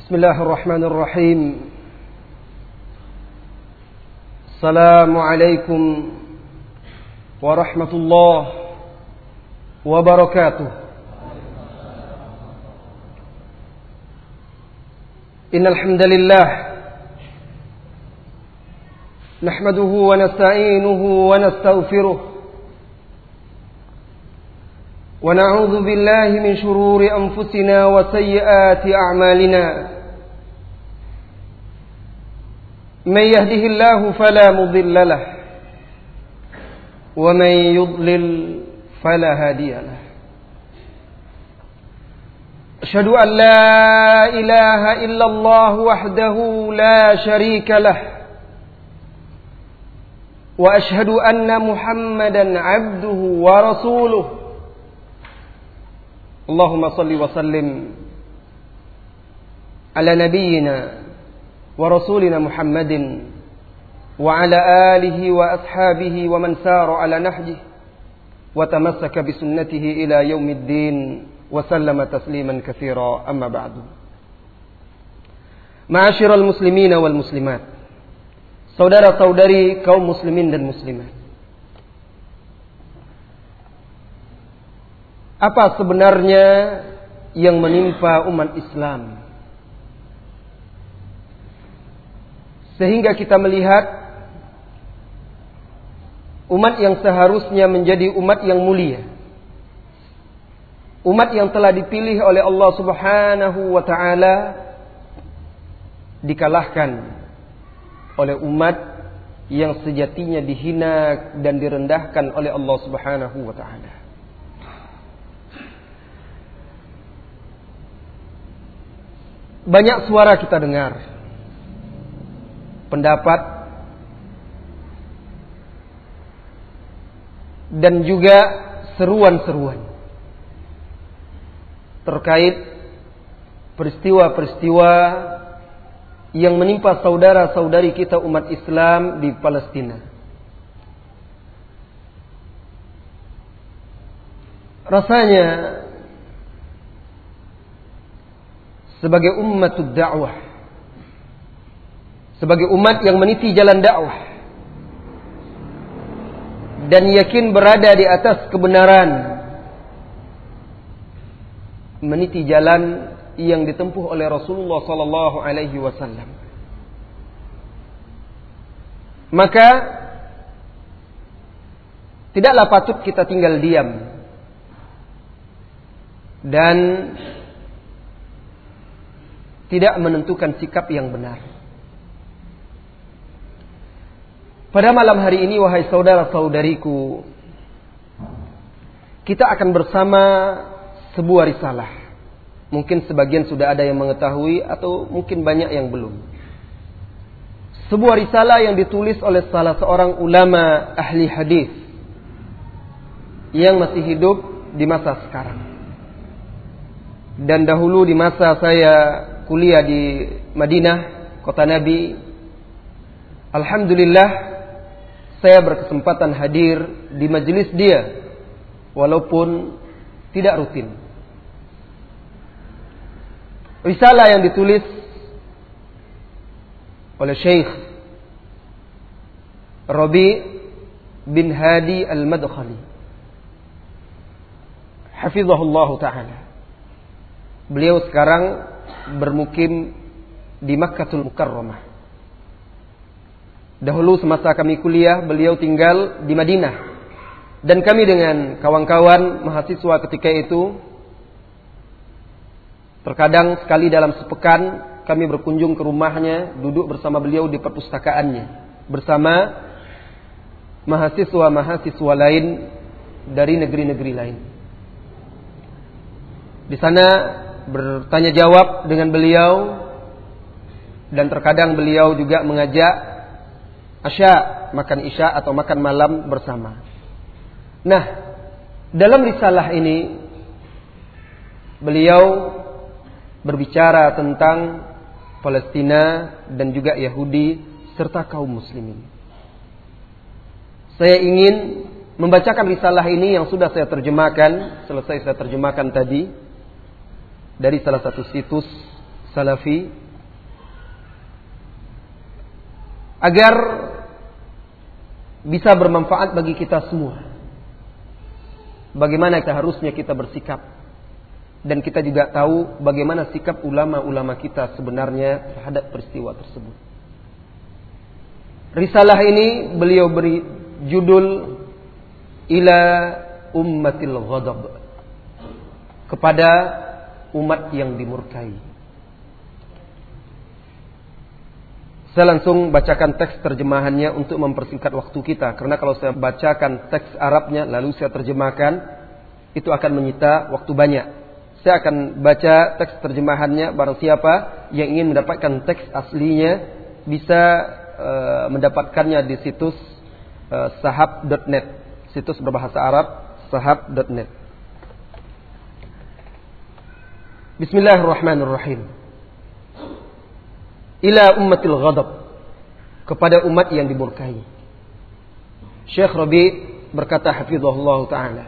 Bismillahirrahmanirrahim. Assalamualaikum warahmatullahi wabarakatuh. Innal hamdalillah nahmaduhu wa nasta'inuhu wa nastaghfiruh wa na'udzu billahi min shururi anfusina wa sayyiati a'malina. من يهده الله فلا مضل له ومن يضلل فلا هادي له أشهد أن لا إله إلا الله وحده لا شريك له وأشهد أن محمدا عبده ورسوله اللهم صل وسلم على نبينا ورسولنا محمد وعلى آله وأصحابه ومن سار على نهجه وتمسك بسنته إلى يوم الدين وسلم تسليما كثيرا أما بعد. معاشر المسلمين والمسلمات, saudara-saudari kaum muslimin dan muslimat, apa sebenarnya yang menimpa umat Islam sehingga kita melihat umat yang seharusnya menjadi umat yang mulia, umat yang telah dipilih oleh Allah Subhanahu wa ta'ala, dikalahkan oleh umat yang sejatinya dihina dan direndahkan oleh Allah Subhanahu wa ta'ala. Banyak suara kita dengar, pendapat dan juga seruan-seruan terkait peristiwa-peristiwa yang menimpa saudara-saudari kita umat Islam di Palestina. Rasanya sebagai ummatud da'wah, sebagai umat yang meniti jalan dakwah dan yakin berada di atas kebenaran, meniti jalan yang ditempuh oleh Rasulullah sallallahu alaihi wasallam, maka tidaklah patut kita tinggal diam dan tidak menentukan sikap yang benar. Pada malam hari ini, wahai saudara-saudariku, kita akan bersama sebuah risalah. Mungkin sebagian sudah ada yang mengetahui atau mungkin banyak yang belum. Sebuah risalah yang ditulis oleh salah seorang ulama ahli hadis yang masih hidup di masa sekarang. Dan dahulu di masa saya kuliah di Madinah, kota Nabi, alhamdulillah saya berkesempatan hadir di majelis dia walaupun tidak rutin. Risalah yang ditulis oleh Syekh Rabi bin Hadi Al-Madkhali, hafizahullah ta'ala. Beliau sekarang bermukim di Makkatul Mukarramah. Dahulu semasa kami kuliah, beliau tinggal di Madinah. Dan kami dengan kawan-kawan mahasiswa ketika itu, terkadang sekali dalam sepekan kami berkunjung ke rumahnya, duduk bersama beliau di perpustakaannya, bersama mahasiswa-mahasiswa lain dari negeri-negeri lain. Di sana bertanya jawab dengan beliau, dan terkadang beliau juga mengajak Asya, makan isya atau makan malam bersama. Nah, dalam risalah ini beliau berbicara tentang Palestina dan juga Yahudi serta kaum muslimin. Saya ingin membacakan risalah ini yang sudah saya terjemahkan, selesai saya terjemahkan tadi dari salah satu situs salafi agar bisa bermanfaat bagi kita semua. Bagaimana harusnya kita bersikap, dan kita juga tahu bagaimana sikap ulama-ulama kita sebenarnya terhadap peristiwa tersebut. Risalah ini beliau beri judul Ila Ummatil Ghadab, kepada umat yang dimurkai. Saya langsung bacakan teks terjemahannya untuk mempersingkat waktu kita. Karena kalau saya bacakan teks Arabnya lalu saya terjemahkan, itu akan menyita waktu banyak. Saya akan baca teks terjemahannya. Barang siapa yang ingin mendapatkan teks aslinya bisa mendapatkannya di situs sahab.net, situs berbahasa Arab sahab.net. Bismillahirrahmanirrahim. Ila ummatil ghadab, kepada umat yang dimurkai. Syekh Rabi' berkata hafizahullah ta'ala,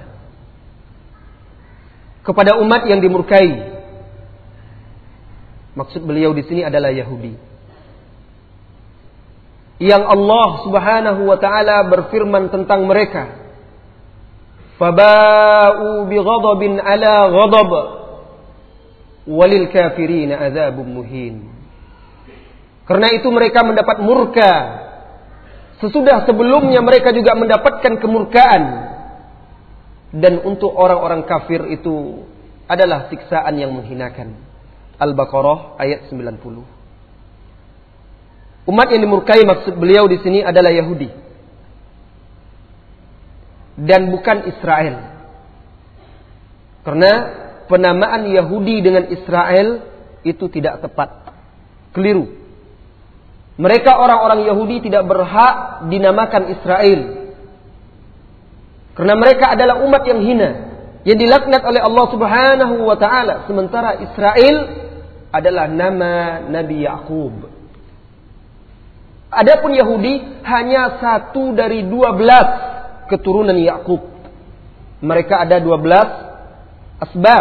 kepada umat yang dimurkai. Maksud beliau di sini adalah Yahudi, yang Allah Subhanahu wa ta'ala berfirman tentang mereka, faba'u bighadabin ala ghadab walil kafirin adzabun muhin. Karena itu mereka mendapat murka sesudah sebelumnya mereka juga mendapatkan kemurkaan, dan untuk orang-orang kafir itu adalah siksaan yang menghinakan. Al-Baqarah ayat 90. Umat yang dimurkai maksud beliau di sini adalah Yahudi dan bukan Israel. Karena penamaan Yahudi dengan Israel itu tidak tepat, keliru. Mereka orang-orang Yahudi tidak berhak dinamakan Israel, karena mereka adalah umat yang hina, yang dilaknat oleh Allah Subhanahu wa ta'ala. Sementara Israel adalah nama Nabi Yakub. Adapun Yahudi hanya satu dari 12 keturunan Yakub. Mereka ada 12 asbab,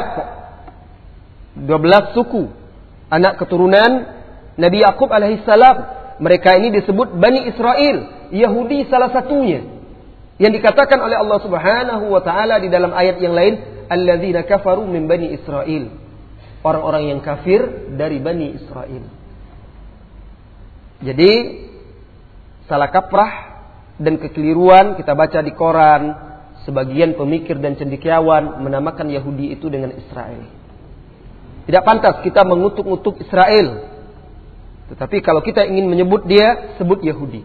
12 suku, anak keturunan Nabi Yakub alaihissalam. Mereka ini disebut Bani Israel. Yahudi salah satunya, yang dikatakan oleh Allah Subhanahu wa ta'ala di dalam ayat yang lain, alladzina kafaru min Bani Israel, orang-orang yang kafir dari Bani Israel. Jadi salah kaprah dan kekeliruan kita baca di koran, sebagian pemikir dan cendekiawan menamakan Yahudi itu dengan Israel. Tidak pantas kita mengutuk-ngutuk Israel, tetapi kalau kita ingin menyebut dia, sebut Yahudi.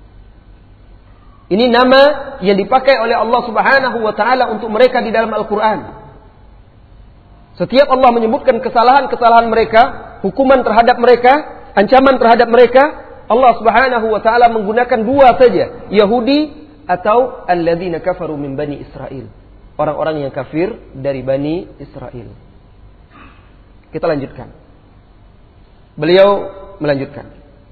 Ini nama yang dipakai oleh Allah Subhanahu wa ta'ala untuk mereka di dalam Al-Quran. Setiap Allah menyebutkan kesalahan-kesalahan mereka, hukuman terhadap mereka, ancaman terhadap mereka, Allah Subhanahu wa ta'ala menggunakan dua saja, Yahudi atau alladzina kafaru min Bani Israel, orang-orang yang kafir dari Bani Israel. Kita lanjutkan. Beliau melanjutkan,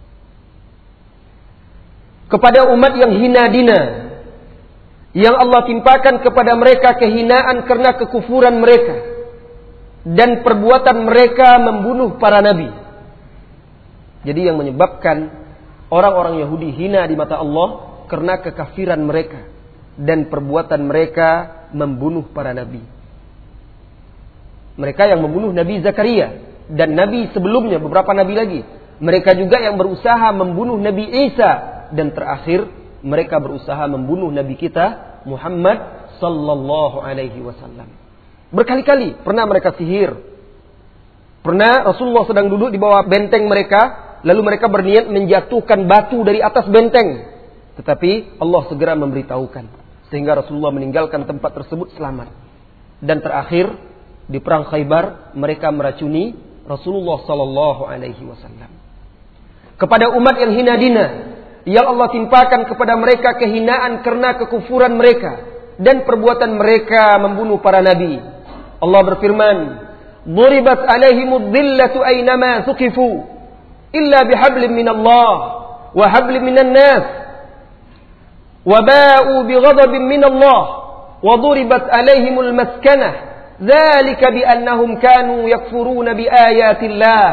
kepada umat yang hina dina, yang Allah timpakan kepada mereka kehinaan karena kekufuran mereka dan perbuatan mereka membunuh para nabi. Jadi yang menyebabkan orang-orang Yahudi hina di mata Allah karena kekafiran mereka dan perbuatan mereka membunuh para nabi. Mereka yang membunuh Nabi Zakaria dan nabi sebelumnya, beberapa nabi lagi. Mereka juga yang berusaha membunuh Nabi Isa, dan terakhir mereka berusaha membunuh Nabi kita Muhammad sallallahu alaihi wasallam. Berkali-kali pernah mereka sihir. Pernah Rasulullah sedang duduk di bawah benteng mereka, lalu mereka berniat menjatuhkan batu dari atas benteng. Tetapi Allah segera memberitahukan, sehingga Rasulullah meninggalkan tempat tersebut selamat. Dan terakhir di perang Khaybar mereka meracuni Rasulullah sallallahu alaihi wasallam. Kepada umat yang hina dina, yang Allah timpakan kepada mereka kehinaan karena kekufuran mereka dan perbuatan mereka membunuh para nabi. Allah berfirman, "Duribat 'alaihimud dhillatu aynama thuqifu illa bihablin minallah wa hablin minan nas wa ba'u bighadabin minallah wa duribat 'alaihimul maskanah dzalika bi annahum kanu yakfuruna bi ayatillah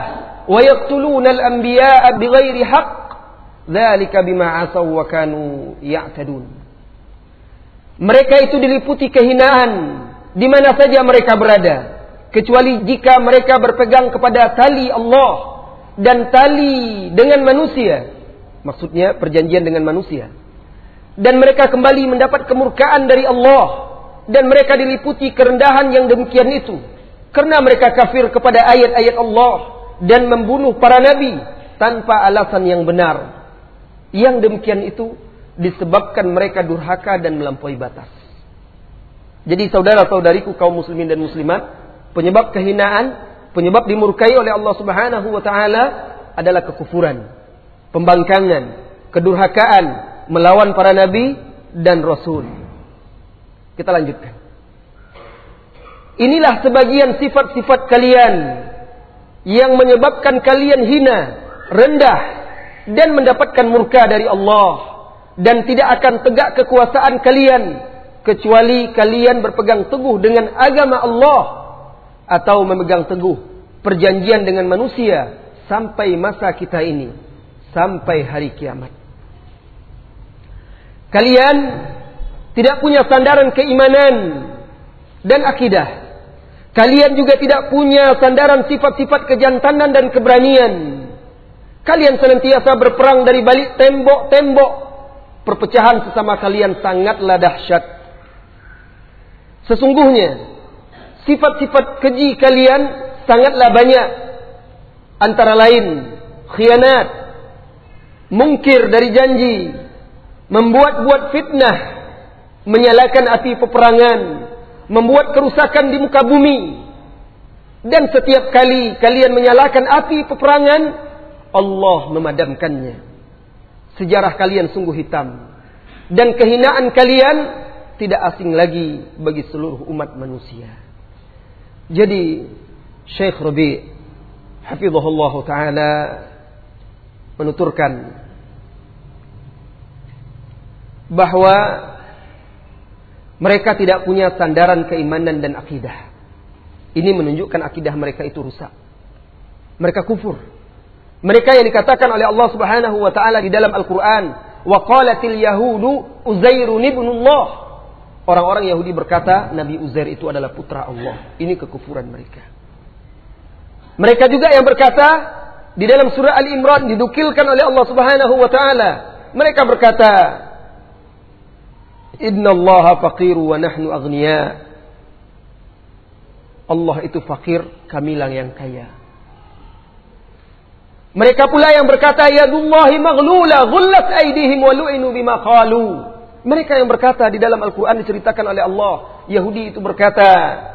wa yaqtuluna al-anbiya'a bighairi haqq dzalika bima 'asaw wa kanu ya'tadun. Mereka itu diliputi kehinaan di mana saja mereka berada, kecuali jika mereka berpegang kepada tali Allah dan tali dengan manusia. Maksudnya perjanjian dengan manusia. Dan mereka kembali mendapat kemurkaan dari Allah, dan mereka diliputi kerendahan yang demikian itu karena mereka kafir kepada ayat-ayat Allah dan membunuh para nabi tanpa alasan yang benar. Yang demikian itu disebabkan mereka durhaka dan melampaui batas. Jadi saudara-saudariku kaum muslimin dan muslimat, penyebab kehinaan, penyebab dimurkai oleh Allah Subhanahu wa taala adalah kekufuran, pembangkangan, kedurhakaan melawan para nabi dan rasul. Kita lanjutkan. Inilah sebagian sifat-sifat kalian yang menyebabkan kalian hina, rendah dan mendapatkan murka dari Allah, dan tidak akan tegak kekuasaan kalian kecuali kalian berpegang teguh dengan agama Allah atau memegang teguh perjanjian dengan manusia sampai masa kita ini, sampai hari kiamat. Kalian tidak punya sandaran keimanan dan akidah. Kalian juga tidak punya sandaran sifat-sifat kejantanan dan keberanian. Kalian senantiasa berperang dari balik tembok-tembok. Perpecahan sesama kalian sangatlah dahsyat. Sesungguhnya sifat-sifat keji kalian sangatlah banyak. Antara lain khianat, mungkir dari janji, membuat-buat fitnah, menyalakan api peperangan, membuat kerusakan di muka bumi. Dan setiap kali kalian menyalakan api peperangan, Allah memadamkannya. Sejarah kalian sungguh hitam, dan kehinaan kalian tidak asing lagi bagi seluruh umat manusia. Jadi Syekh Rabi' hafizahullah ta'ala menuturkan bahwa mereka tidak punya sandaran keimanan dan akidah. Ini menunjukkan akidah mereka itu rusak. Mereka kufur. Mereka yang dikatakan oleh Allah Subhanahu wa taala di dalam Al-Qur'an, wa qalatil yahudu Uzairun ibnullah. Orang-orang Yahudi berkata Nabi Uzair itu adalah putra Allah. Ini kekufuran mereka. Mereka juga yang berkata di dalam surah Al-Imran, didukilkan oleh Allah Subhanahu wa taala, mereka berkata, innallaha faqiru wa nahnu aghniya. Allah itu fakir, kamilah yang kaya. Mereka pula yang berkata, yadullahi maghlula ghullat aydihim wa lu'inu bima qalu. Mereka yang berkata di dalam Al-Quran diceritakan oleh Allah, Yahudi itu berkata,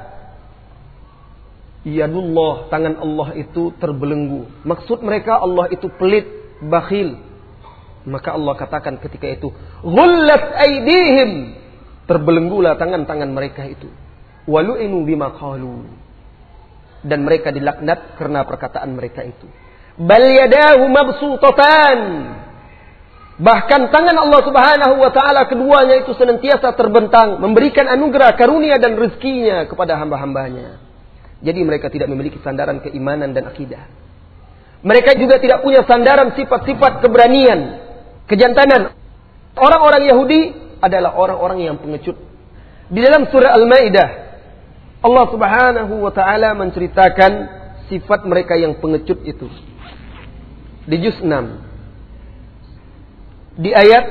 yadullah, tangan Allah itu terbelenggu. Maksud mereka Allah itu pelit, bakhil. Maka Allah katakan ketika itu, ghullat aydihim, terbelenggulah tangan-tangan mereka itu. Wa lu'inu bima qalu. Dan mereka dilaknat karena perkataan mereka itu. Bal yadahu mabsutatan. Bahkan tangan Allah Subhanahu wa taala keduanya itu senantiasa terbentang, memberikan anugerah, karunia dan rezekinya kepada hamba-hambanya. Jadi mereka tidak memiliki sandaran keimanan dan akidah. Mereka juga tidak punya sandaran sifat-sifat keberanian, kejantanan. Orang-orang Yahudi adalah orang-orang yang pengecut. Di dalam surah Al-Maidah, Allah Subhanahu wa taala menceritakan sifat mereka yang pengecut itu. Di juz 6, di ayat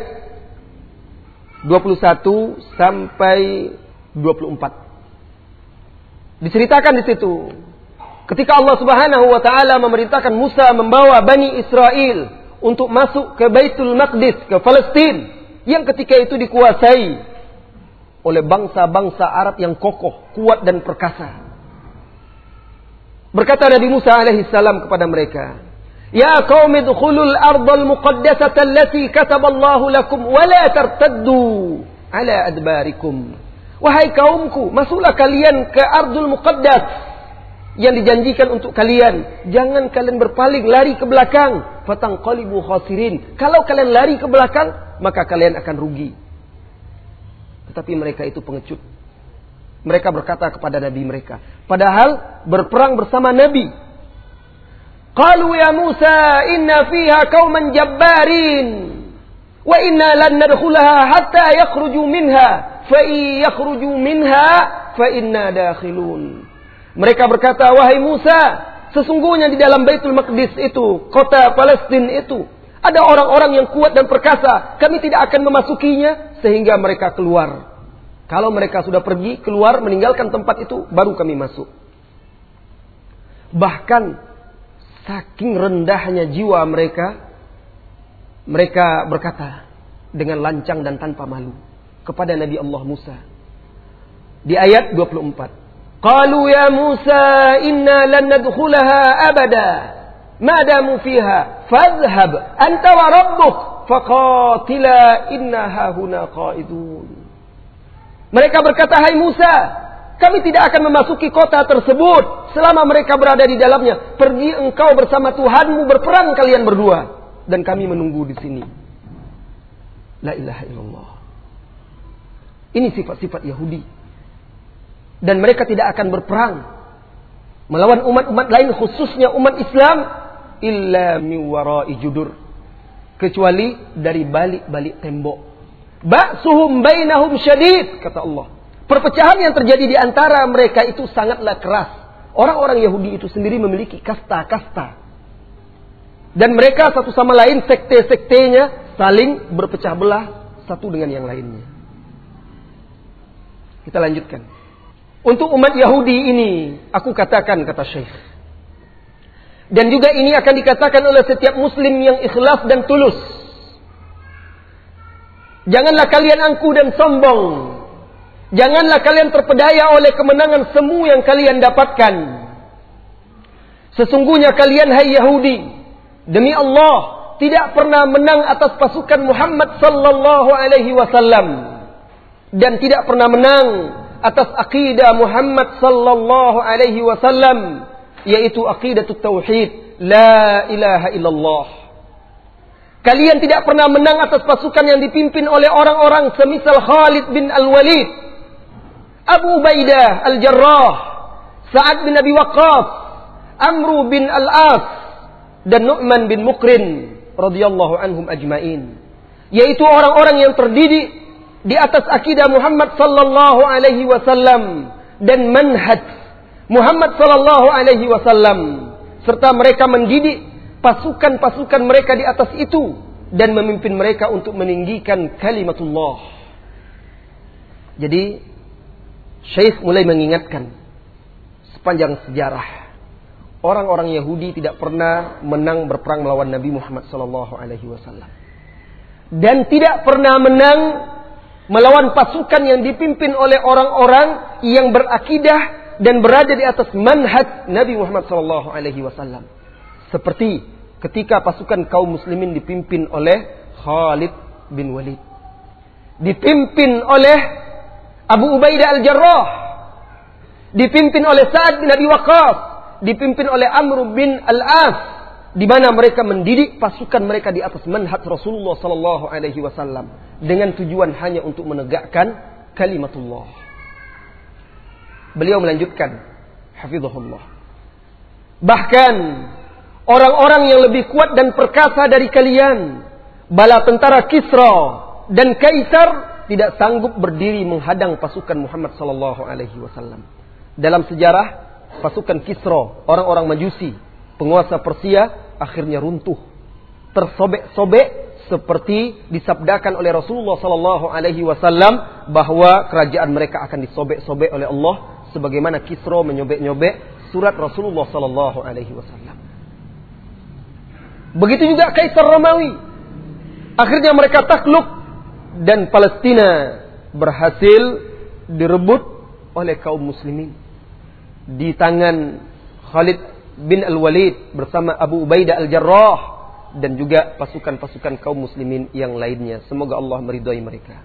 21 sampai 24. Diceritakan di situ ketika Allah Subhanahu wa taala memerintahkan Musa membawa Bani Israel untuk masuk ke Baitul Maqdis, ke Palestina yang ketika itu dikuasai oleh bangsa-bangsa Arab yang kokoh, kuat dan perkasa. Berkata Nabi Musa alaihi salam kepada mereka, ya qaumi dkhulul ardal muqaddasata allati kataballahu lakum wa la tartaddu ala adbarikum. Wahai kaumku, masuklah kalian ke ardul muqaddas yang dijanjikan untuk kalian. Jangan kalian berpaling, lari ke belakang. Fatanqalibu khasirin. Kalau kalian lari ke belakang, maka kalian akan rugi. Tetapi mereka itu pengecut. Mereka berkata kepada Nabi mereka, padahal berperang bersama Nabi. Qalu ya Musa inna fiha qauman jabbarin wa inna lan nadkhulaha hatta yakhruju minha fa in yakhruju minha fa inna dakhilun. Mereka berkata, wahai Musa, sesungguhnya di dalam Baitul Maqdis itu, kota Palestina itu, ada orang-orang yang kuat dan perkasa. Kami tidak akan memasukinya sehingga mereka keluar. Kalau mereka sudah pergi, keluar, meninggalkan tempat itu, baru kami masuk. Bahkan saking rendahnya jiwa mereka, mereka berkata dengan lancang dan tanpa malu kepada Nabi Allah Musa. Di ayat 24. Qalu ya Musa inna lan nadkhulaha abada ma damu fiha fadhhab anta wa rabbuk faqatila inna hahuna qa'idun. Mereka berkata, hai Musa, kami tidak akan memasuki kota tersebut selama mereka berada di dalamnya. Pergi engkau bersama Tuhanmu, berperang kalian berdua, dan kami menunggu di sini. La ilaha illallah. Ini sifat-sifat Yahudi. Dan mereka tidak akan berperang melawan umat-umat lain, khususnya umat Islam, illa min wara'i judur, kecuali dari balik-balik tembok. Ba'suhum bainahum syadid, kata Allah. Perpecahan yang terjadi di antara mereka itu sangatlah keras. Orang-orang Yahudi itu sendiri memiliki kasta-kasta. Dan mereka satu sama lain, sekte-sektenya, saling berpecah belah satu dengan yang lainnya. Kita lanjutkan. Untuk umat Yahudi ini, aku katakan, kata Syekh. Dan juga ini akan dikatakan oleh setiap muslim yang ikhlas dan tulus. Janganlah kalian angku dan sombong. Janganlah kalian terpedaya oleh kemenangan semu yang kalian dapatkan. Sesungguhnya kalian, hai Yahudi, demi Allah, tidak pernah menang atas pasukan Muhammad sallallahu alaihi wasallam. Dan tidak pernah menang atas akidah Muhammad sallallahu alaihi wasallam, yaitu aqidatut tauhid, la ilaha illallah. Kalian tidak pernah menang atas pasukan yang dipimpin oleh orang-orang semisal Khalid bin Al-Walid, Abu Ubaidah Al-Jarrah, Sa'ad bin Abi Waqqas, Amru bin Al-As, dan Nu'man bin Mukrin radhiyallahu anhum ajmain. Yaitu orang-orang yang terdidik di atas akidah Muhammad sallallahu alaihi wasallam dan manhaj Muhammad sallallahu alaihi wasallam, serta mereka mendidik pasukan-pasukan mereka di atas itu dan memimpin mereka untuk meninggikan kalimatullah. Jadi Syekh mulai mengingatkan sepanjang sejarah orang-orang Yahudi tidak pernah menang berperang melawan Nabi Muhammad sallallahu alaihi wasallam dan tidak pernah menang melawan pasukan yang dipimpin oleh orang-orang yang berakidah dan berada di atas manhaj Nabi Muhammad sallallahu alaihi wasallam. Seperti ketika pasukan kaum muslimin dipimpin oleh Khalid bin Walid, dipimpin oleh Abu Ubaidah Al-Jarrah, dipimpin oleh Sa'ad bin Abi Waqqas, dipimpin oleh Amr bin Al-As, di mana mereka mendidik pasukan mereka di atas manhaj Rasulullah sallallahu alaihi wasallam dengan tujuan hanya untuk menegakkan kalimatullah. Beliau melanjutkan, hafizahullah. Bahkan orang-orang yang lebih kuat dan perkasa dari kalian, bala tentara Kisra dan Kaisar, tidak sanggup berdiri menghadang pasukan Muhammad sallallahu alaihi wasallam. Dalam sejarah, pasukan Kisra, orang-orang Majusi, penguasa Persia, akhirnya runtuh, tersobek-sobek seperti disabdakan oleh Rasulullah sallallahu alaihi wasallam bahwa kerajaan mereka akan disobek-sobek oleh Allah sebagaimana Kisra menyobek-nyobek surat Rasulullah sallallahu alaihi wasallam. Begitu juga Kaisar Romawi. Akhirnya mereka takluk dan Palestina berhasil direbut oleh kaum muslimin di tangan Khalid bin Al-Walid bersama Abu Ubaidah Al-Jarrah dan juga pasukan-pasukan kaum muslimin yang lainnya. Semoga Allah meridhai mereka.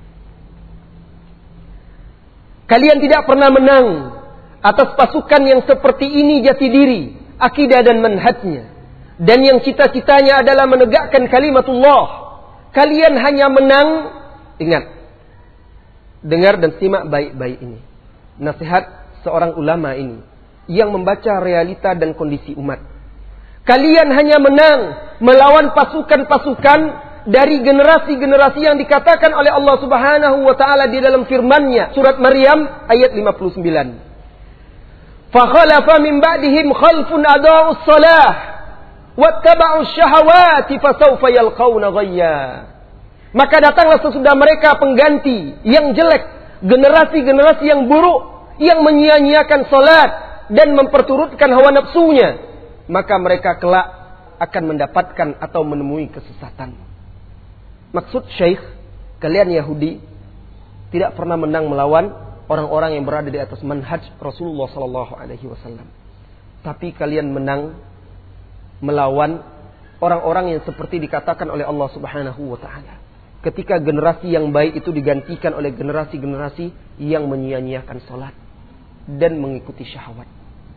Kalian tidak pernah menang atas pasukan yang seperti ini jati diri, akidah dan manhajnya, dan yang cita-citanya adalah menegakkan kalimatullah. Kalian hanya menang. Ingat, dengar dan simak baik-baik ini. Nasihat seorang ulama ini yang membaca realita dan kondisi umat. Kalian hanya menang melawan pasukan-pasukan dari generasi-generasi yang dikatakan oleh Allah Subhanahu wa taala di dalam firman-Nya surat Maryam ayat 59. Fakhalafa min ba'dihim khalfun adaa'us shalah wattaba'us syahawati fasawfa yalqawna ghayya. Maka datanglah sesudah mereka pengganti yang jelek, generasi-generasi yang buruk yang menyia-nyiakan salat dan memperturutkan hawa nafsunya, maka mereka kelak akan mendapatkan atau menemui kesesatan. Maksud Syekh, kalian Yahudi tidak pernah menang melawan orang-orang yang berada di atas manhaj Rasulullah sallallahu alaihi wasallam. Tapi kalian menang melawan orang-orang yang seperti dikatakan oleh Allah Subhanahu wa taala. Ketika generasi yang baik itu digantikan oleh generasi-generasi yang menyia-nyiakan salat dan mengikuti syahwat.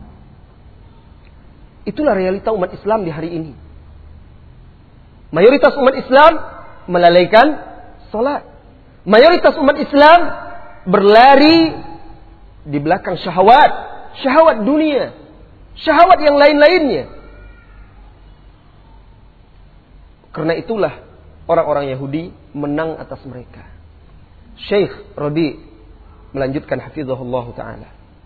Itulah realita umat Islam di hari ini. Mayoritas umat Islam melalaikan salat. Mayoritas umat Islam berlari di belakang syahwat, syahwat dunia, syahwat yang lain-lainnya. Karena itulah orang-orang Yahudi menang atas mereka. Syekh Rabi melanjutkan hafizahullah ta'ala.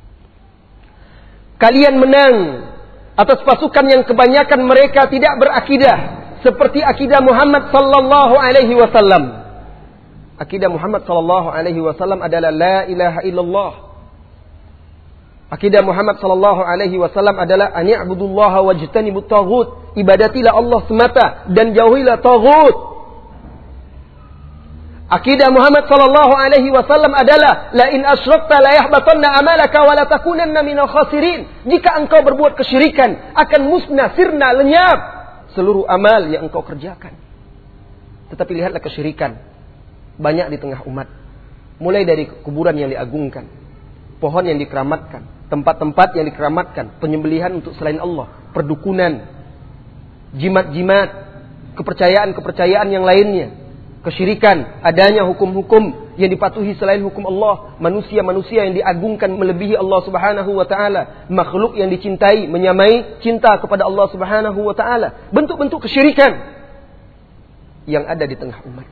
Kalian menang atas pasukan yang kebanyakan mereka tidak berakidah seperti akidah Muhammad sallallahu alaihi wasallam. Akidah Muhammad sallallahu alaihi wasallam adalah la ilaha illallah. Akidah Muhammad sallallahu alaihi wasallam adalah an ya'budullaha wajtanibut taghut. Ibadatilah Allah semata dan jauhilah taghut. Akidah Muhammad sallallahu alaihi wasallam adalah la in asyrakta la yahbatanna amalaka wa la takunanna minal khasirin. Jika engkau berbuat kesyirikan, akan musnah, sirna, lenyap seluruh amal yang engkau kerjakan. Tetapi lihatlah kesyirikan banyak di tengah umat. Mulai dari kuburan yang diagungkan, pohon yang dikeramatkan, tempat-tempat yang dikeramatkan, penyembelihan untuk selain Allah, perdukunan, jimat-jimat, kepercayaan-kepercayaan yang lainnya. Kesyirikan, adanya hukum-hukum yang dipatuhi selain hukum Allah, manusia-manusia yang diagungkan melebihi Allah Subhanahu wa taala, makhluk yang dicintai menyamai cinta kepada Allah Subhanahu wa taala. Bentuk-bentuk kesyirikan yang ada di tengah umat.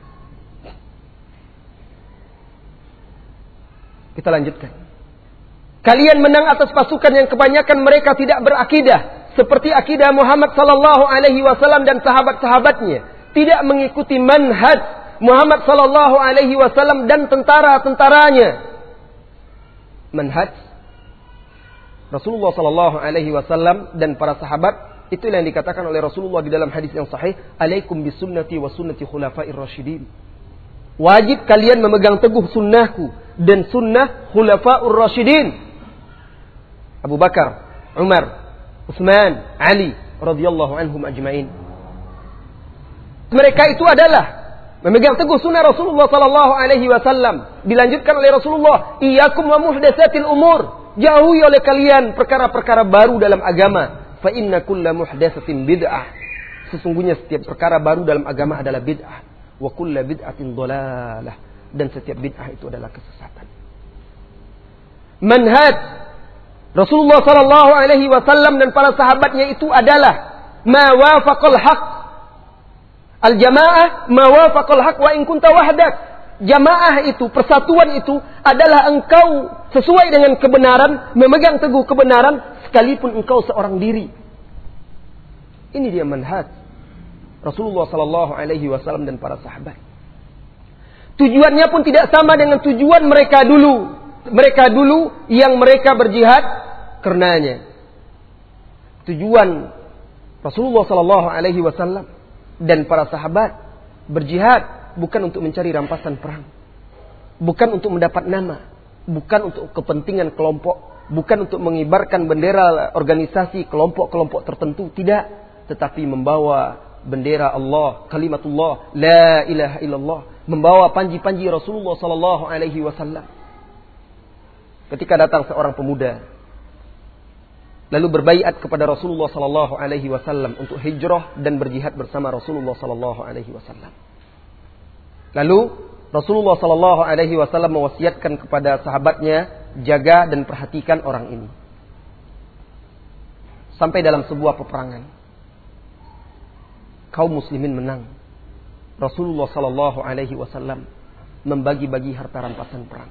Kita lanjutkan. Kalian menang atas pasukan yang kebanyakan mereka tidak berakidah seperti akidah Muhammad sallallahu alaihi wasallam dan sahabat-sahabatnya, tidak mengikuti manhaj Muhammad sallallahu alaihi wasallam dan tentara-tentaranya. Manhaj Rasulullah sallallahu alaihi wasallam dan para sahabat, itulah yang dikatakan oleh Rasulullah di dalam hadis yang sahih, alaikum bisunnati wa sunnati khulafair rasyidin. Wajib kalian memegang teguh sunnahku dan sunnah khulafaur rasyidin. Abu Bakar, Umar, Utsman, Ali radhiyallahu anhum ajma'in. Mereka itu adalah memegang teguh sunnah Rasulullah sallallahu alaihi wasallam. Dilanjutkan oleh Rasulullah, iyyakum wa muhdatsatil umur. Jauhi oleh kalian perkara-perkara baru dalam agama. Fa inna kulla muhdatsatin bid'ah. Sesungguhnya setiap perkara baru dalam agama adalah bid'ah. Wa kulla bid'atin dhalalah. Dan setiap bid'ah itu adalah kesesatan. Manhaj Rasulullah sallallahu alaihi wasallam dan para sahabatnya itu adalah ma wafaqal haqq. Al-jamaah mawafaqal haq wa in kunta wahdak. Jamaah itu, persatuan itu adalah engkau sesuai dengan kebenaran, memegang teguh kebenaran sekalipun engkau seorang diri. Ini dia manhaj Rasulullah sallallahu alaihi wasallam dan para sahabat. Tujuannya pun tidak sama dengan tujuan mereka dulu. Mereka dulu yang mereka berjihad karenanya. Tujuan Rasulullah sallallahu alaihi wasallam dan para sahabat berjihad bukan untuk mencari rampasan perang, bukan untuk mendapat nama, bukan untuk kepentingan kelompok, bukan untuk mengibarkan bendera organisasi kelompok-kelompok tertentu, tidak, tetapi membawa bendera Allah, kalimatullah, la ilaha illallah, membawa panji-panji Rasulullah sallallahu alaihi wasallam. Ketika datang seorang pemuda lalu berbaiat kepada Rasulullah sallallahu alaihi wasallam untuk hijrah dan berjihad bersama Rasulullah sallallahu alaihi wasallam. Lalu Rasulullah sallallahu alaihi wasallam mewasiatkan kepada sahabatnya, jaga dan perhatikan orang ini. Sampai dalam sebuah peperangan. kaum muslimin menang, Rasulullah sallallahu alaihi wasallam membagi-bagi harta rampasan perang.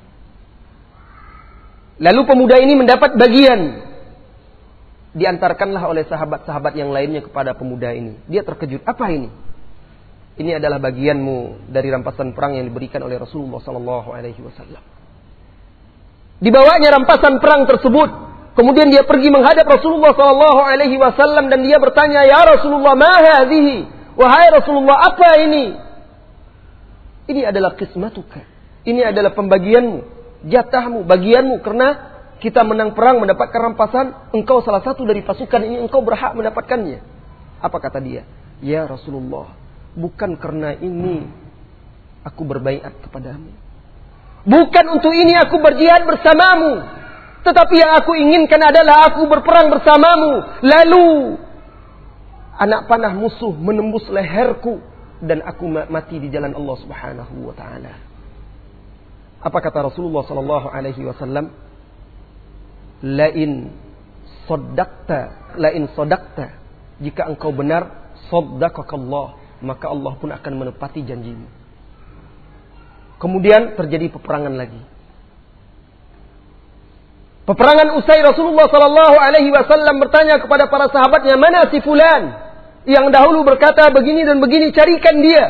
Lalu pemuda ini mendapat bagian. Diantarkanlah oleh sahabat-sahabat yang lainnya kepada pemuda ini. Dia terkejut. Apa ini? Ini adalah bagianmu dari rampasan perang yang diberikan oleh Rasulullah sallallahu alaihi wasallam. Dibawanya rampasan perang tersebut. Kemudian dia pergi menghadap Rasulullah sallallahu alaihi wasallam dan dia bertanya, "Ya Rasulullah, ma hadhihi?" Wahai Rasulullah, apa ini? Ini adalah qismatuka. Ini adalah pembagianmu, jatahmu, bagianmu, karena kita menang perang mendapatkan rampasan, engkau salah satu dari pasukan ini, engkau berhak mendapatkannya. Apa kata dia? Ya Rasulullah, bukan karena ini aku berbaiat kepadamu. Bukan untuk ini aku berjihad bersamamu. Tetapi yang aku inginkan adalah aku berperang bersamamu. Lalu anak panah musuh menembus leherku dan aku mati di jalan Allah Subhanahu wa taala. Apa kata Rasulullah sallallahu alaihi wasallam? Lain soddaqta, jika engkau benar, saddaqakallah, maka Allah pun akan menepati janjimu. Kemudian terjadi peperangan lagi. Peperangan usai, Rasulullah sallallahu alaihi wasallam bertanya kepada para sahabatnya, "Mana si fulan yang dahulu berkata begini dan begini, carikan dia."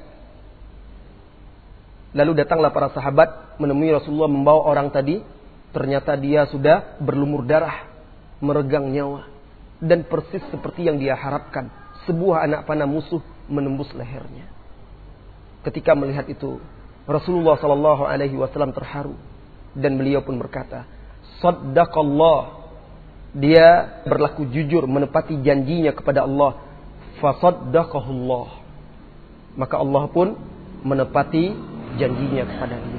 Lalu datanglah para sahabat menemui Rasulullah membawa orang tadi. Ternyata dia sudah berlumur darah, meregang nyawa, dan persis seperti yang dia harapkan, sebuah anak panah musuh menembus lehernya. Ketika melihat itu, Rasulullah sallallahu alaihi wasallam terharu dan beliau pun berkata, "Saddaqallah." Dia berlaku jujur, menepati janjinya kepada Allah. Fasaddaqahullah. Maka Allah pun menepati janjinya kepada dia.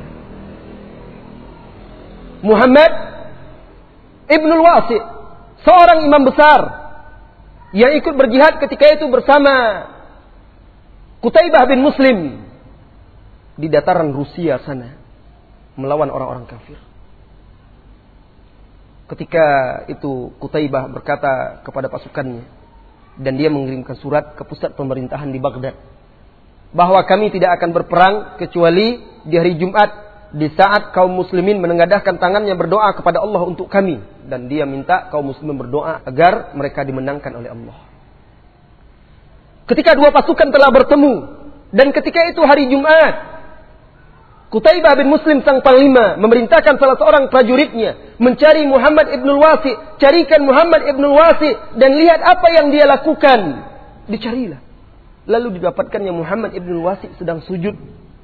Muhammad Ibnul Wasi', seorang imam besar yang ikut berjihad ketika itu bersama Qutaibah bin Muslim di dataran Rusia sana melawan orang-orang kafir. Ketika itu Qutaibah berkata kepada pasukannya dan dia mengirimkan surat ke pusat pemerintahan di Baghdad bahwa kami tidak akan berperang kecuali di hari Jumat, di saat kaum muslimin menengadahkan tangannya berdoa kepada Allah untuk kami. Dan dia minta kaum muslimin berdoa agar mereka dimenangkan oleh Allah. Ketika dua pasukan telah bertemu, dan ketika itu hari Jumat, Qutaibah bin Muslim sang panglima memerintahkan salah seorang prajuritnya mencari Muhammad Ibnul Wasi'. Carikan Muhammad Ibnul Wasi' dan lihat apa yang dia lakukan. Dicarilah. Lalu didapatkannya Muhammad Ibnul Wasi' sedang sujud,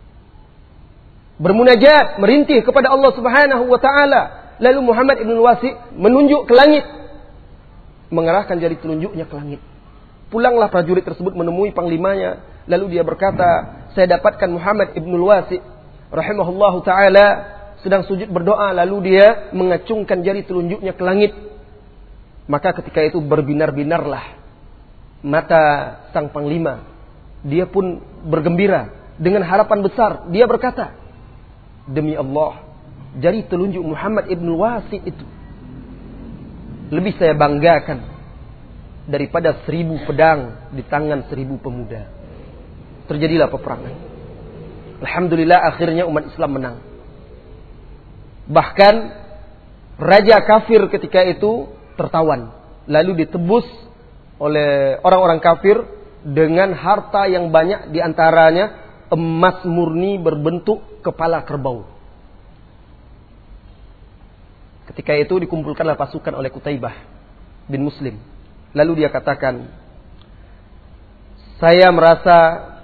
bermunajat, merintih kepada Allah Subhanahu wa taala. Lalu Muhammad Ibnul Wasi' menunjuk ke langit, mengarahkan jari telunjuknya ke langit. Pulanglah prajurit tersebut menemui panglimanya, lalu dia berkata, "Saya dapatkan Muhammad Ibnul Wasi' rahimahullahu taala sedang sujud berdoa, lalu dia mengacungkan jari telunjuknya ke langit." Maka ketika itu berbinar-binarlah mata sang panglima. Dia pun bergembira dengan harapan besar. Dia berkata, "Demi Allah, jari telunjuk Muhammad Ibnul Wasi' itu lebih saya banggakan daripada 1000 pedang di tangan 1000 pemuda." Terjadilah peperangan. Alhamdulillah akhirnya umat Islam menang. Bahkan raja kafir ketika itu tertawan, lalu ditebus oleh orang-orang kafir dengan harta yang banyak, diantaranya emas murni berbentuk kepala kerbau. Ketika itu dikumpulkanlah pasukan oleh Qutaibah bin Muslim. Lalu dia katakan, "Saya merasa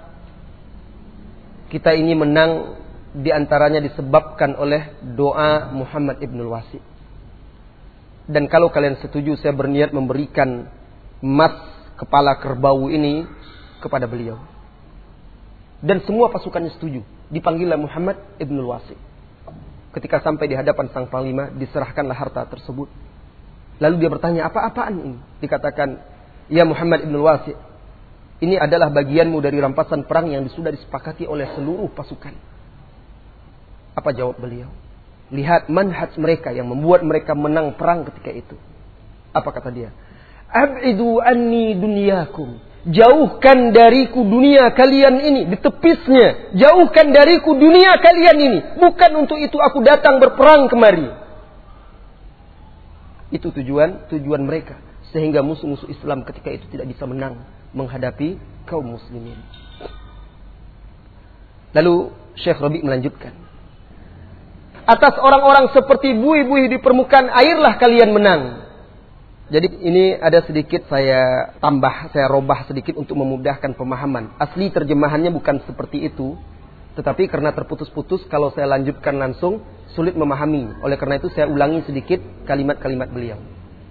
kita ini menang diantaranya disebabkan oleh doa Muhammad Ibnul Wasi'. Dan kalau kalian setuju, saya berniat memberikan emas kepala kerbau ini kepada beliau." Dan semua pasukannya setuju. Dipanggillah Muhammad Ibnul Wasi'. Ketika sampai di hadapan sang panglima, diserahkanlah harta tersebut. Lalu dia bertanya, "Apa-apaan ini?" Dikatakan, "Ya Muhammad Ibnul Wasi', ini adalah bagianmu dari rampasan perang yang sudah disepakati oleh seluruh pasukan." Apa jawab beliau? Lihat manhaj mereka yang membuat mereka menang perang ketika itu. Apa kata dia? "Ab'idu anni dunyakum." jauhkan dariku dunia kalian ini, di tepisnya, jauhkan dariku dunia kalian ini. Bukan untuk itu aku datang berperang kemari. Itu tujuan mereka. Sehingga musuh-musuh Islam ketika itu tidak bisa menang menghadapi kaum muslimin. Lalu Syekh Rabi' melanjutkan. Atas orang-orang seperti buih-buih di permukaan airlah kalian menang. Jadi ini ada sedikit saya tambah, saya robah sedikit untuk memudahkan pemahaman. Asli terjemahannya bukan seperti itu. Tetapi karena terputus-putus, kalau saya lanjutkan langsung, sulit memahami. Oleh karena itu saya ulangi sedikit kalimat-kalimat beliau.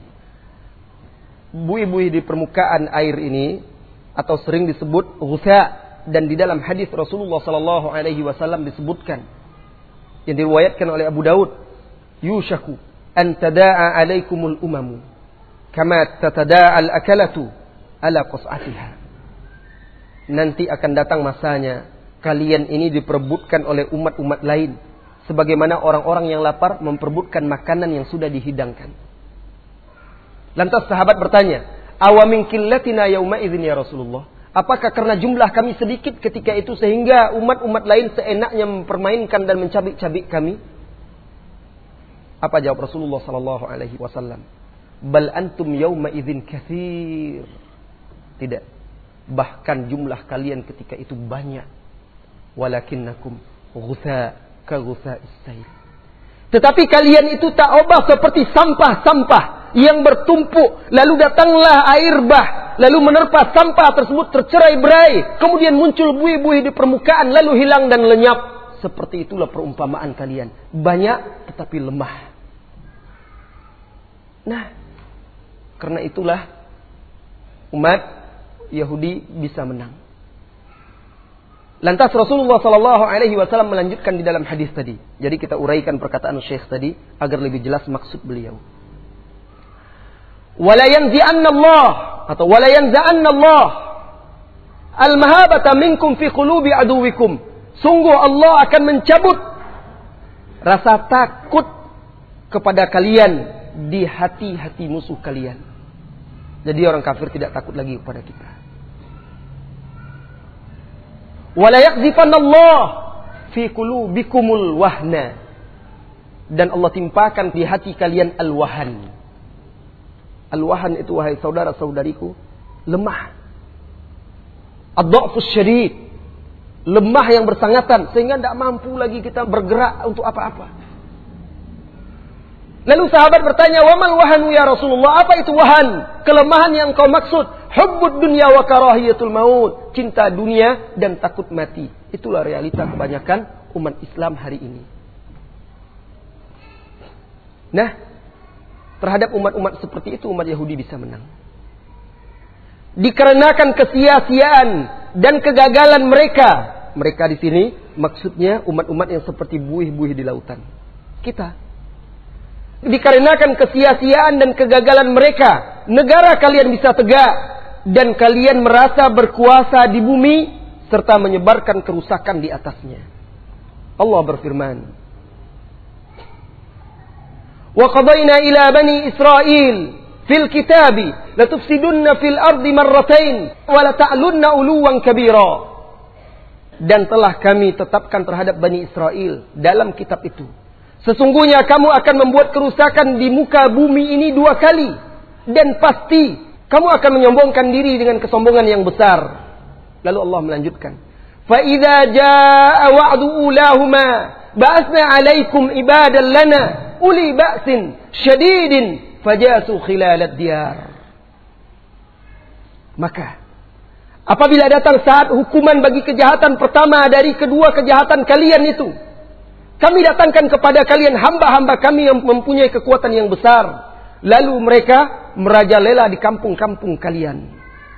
Buih-buih di permukaan air ini, atau sering disebut ghutha, dan di dalam hadis Rasulullah SAW disebutkan, yang diriwayatkan oleh Abu Daud, yushaku an tada'a alaikumul umamu kama tatada'al akalatu ala qas'atiha. Nanti akan datang masanya kalian ini diperebutkan oleh umat-umat lain, sebagaimana orang-orang yang lapar memperebutkan makanan yang sudah dihidangkan. Lantas sahabat bertanya, awamin killatina yauma idzin ya Rasulullah? Apakah karena jumlah kami sedikit ketika itu sehingga umat-umat lain seenaknya mempermainkan dan mencabik-cabik kami? Apa jawab Rasulullah sallallahu alaihi wasallam? Bal antum yauma idzin katsir. Tidak. Bahkan jumlah kalian ketika itu banyak. Walakinnakum ghutha ka ghutha'is sayl. Tetapi kalian itu tak obah seperti sampah-sampah yang bertumpuk, lalu datanglah air bah, lalu menerpa sampah tersebut tercerai-berai, kemudian muncul buih-buih di permukaan, lalu hilang dan lenyap. Seperti itulah perumpamaan kalian, banyak tetapi lemah. Nah, karena itulah umat Yahudi bisa menang. Lantas Rasulullah SAW melanjutkan di dalam hadis tadi. Jadi kita uraikan perkataan Syekh tadi agar lebih jelas maksud beliau. Wala yanzi'anna Allah atau wala yanza'anna Allah al-mahabata minkum fi qulubi aduwikum. Sungguh Allah akan mencabut rasa takut kepada kalian di hati-hati musuh kalian. Jadi orang kafir tidak takut lagi kepada kita. Wala yaqdhifanna Allah fi qulubikumul wahna. Dan Allah timpakan di hati kalian al-wahan. Al-wahan itu, wahai saudara-saudariku, lemah. Ad-dha'fus syadid. Lemah yang bersangatan sehingga tidak mampu lagi kita bergerak untuk apa-apa. Lalu sahabat bertanya, "Wa mal wahanu ya Rasulullah?" Apa itu wahan? Kelemahan yang kau maksud. Hubbud dunya wa karahiyatul maut. Cinta dunia dan takut mati. Itulah realita kebanyakan umat Islam hari ini. Nah, terhadap umat-umat seperti itu umat Yahudi bisa menang. Dikarenakan kesia-siaan dan kegagalan mereka. Mereka di sini maksudnya umat-umat yang seperti buih-buih di lautan. Kita. Dikarenakan kesia-siaan dan kegagalan mereka, negara kalian bisa tegak dan kalian merasa berkuasa di bumi serta menyebarkan kerusakan di atasnya. Allah berfirman, "Wa qadayna ila bani Israil fil kitabi la tufsidunna fil ardi marratain wa la ta'lunna uluwan kabira." Dan telah kami tetapkan terhadap Bani Israel dalam kitab itu, sesungguhnya kamu akan membuat kerusakan di muka bumi ini 2 kali. Dan pasti kamu akan menyombongkan diri dengan kesombongan yang besar. Lalu Allah melanjutkan, فَإِذَا جَاءَ وَعْدُ أُولَاهُمَا بَعَثْنَا عَلَيْكُمْ عِبَادًا لَنَا أُولِي بَأْسٍ شَدِيدٍ فَجَاسُوا خِلَالَ الدِّيَارِ. Maka apabila datang saat hukuman bagi kejahatan pertama dari kedua kejahatan kalian itu, kami datangkan kepada kalian hamba-hamba kami yang mempunyai kekuatan yang besar. Lalu mereka merajalela di kampung-kampung kalian.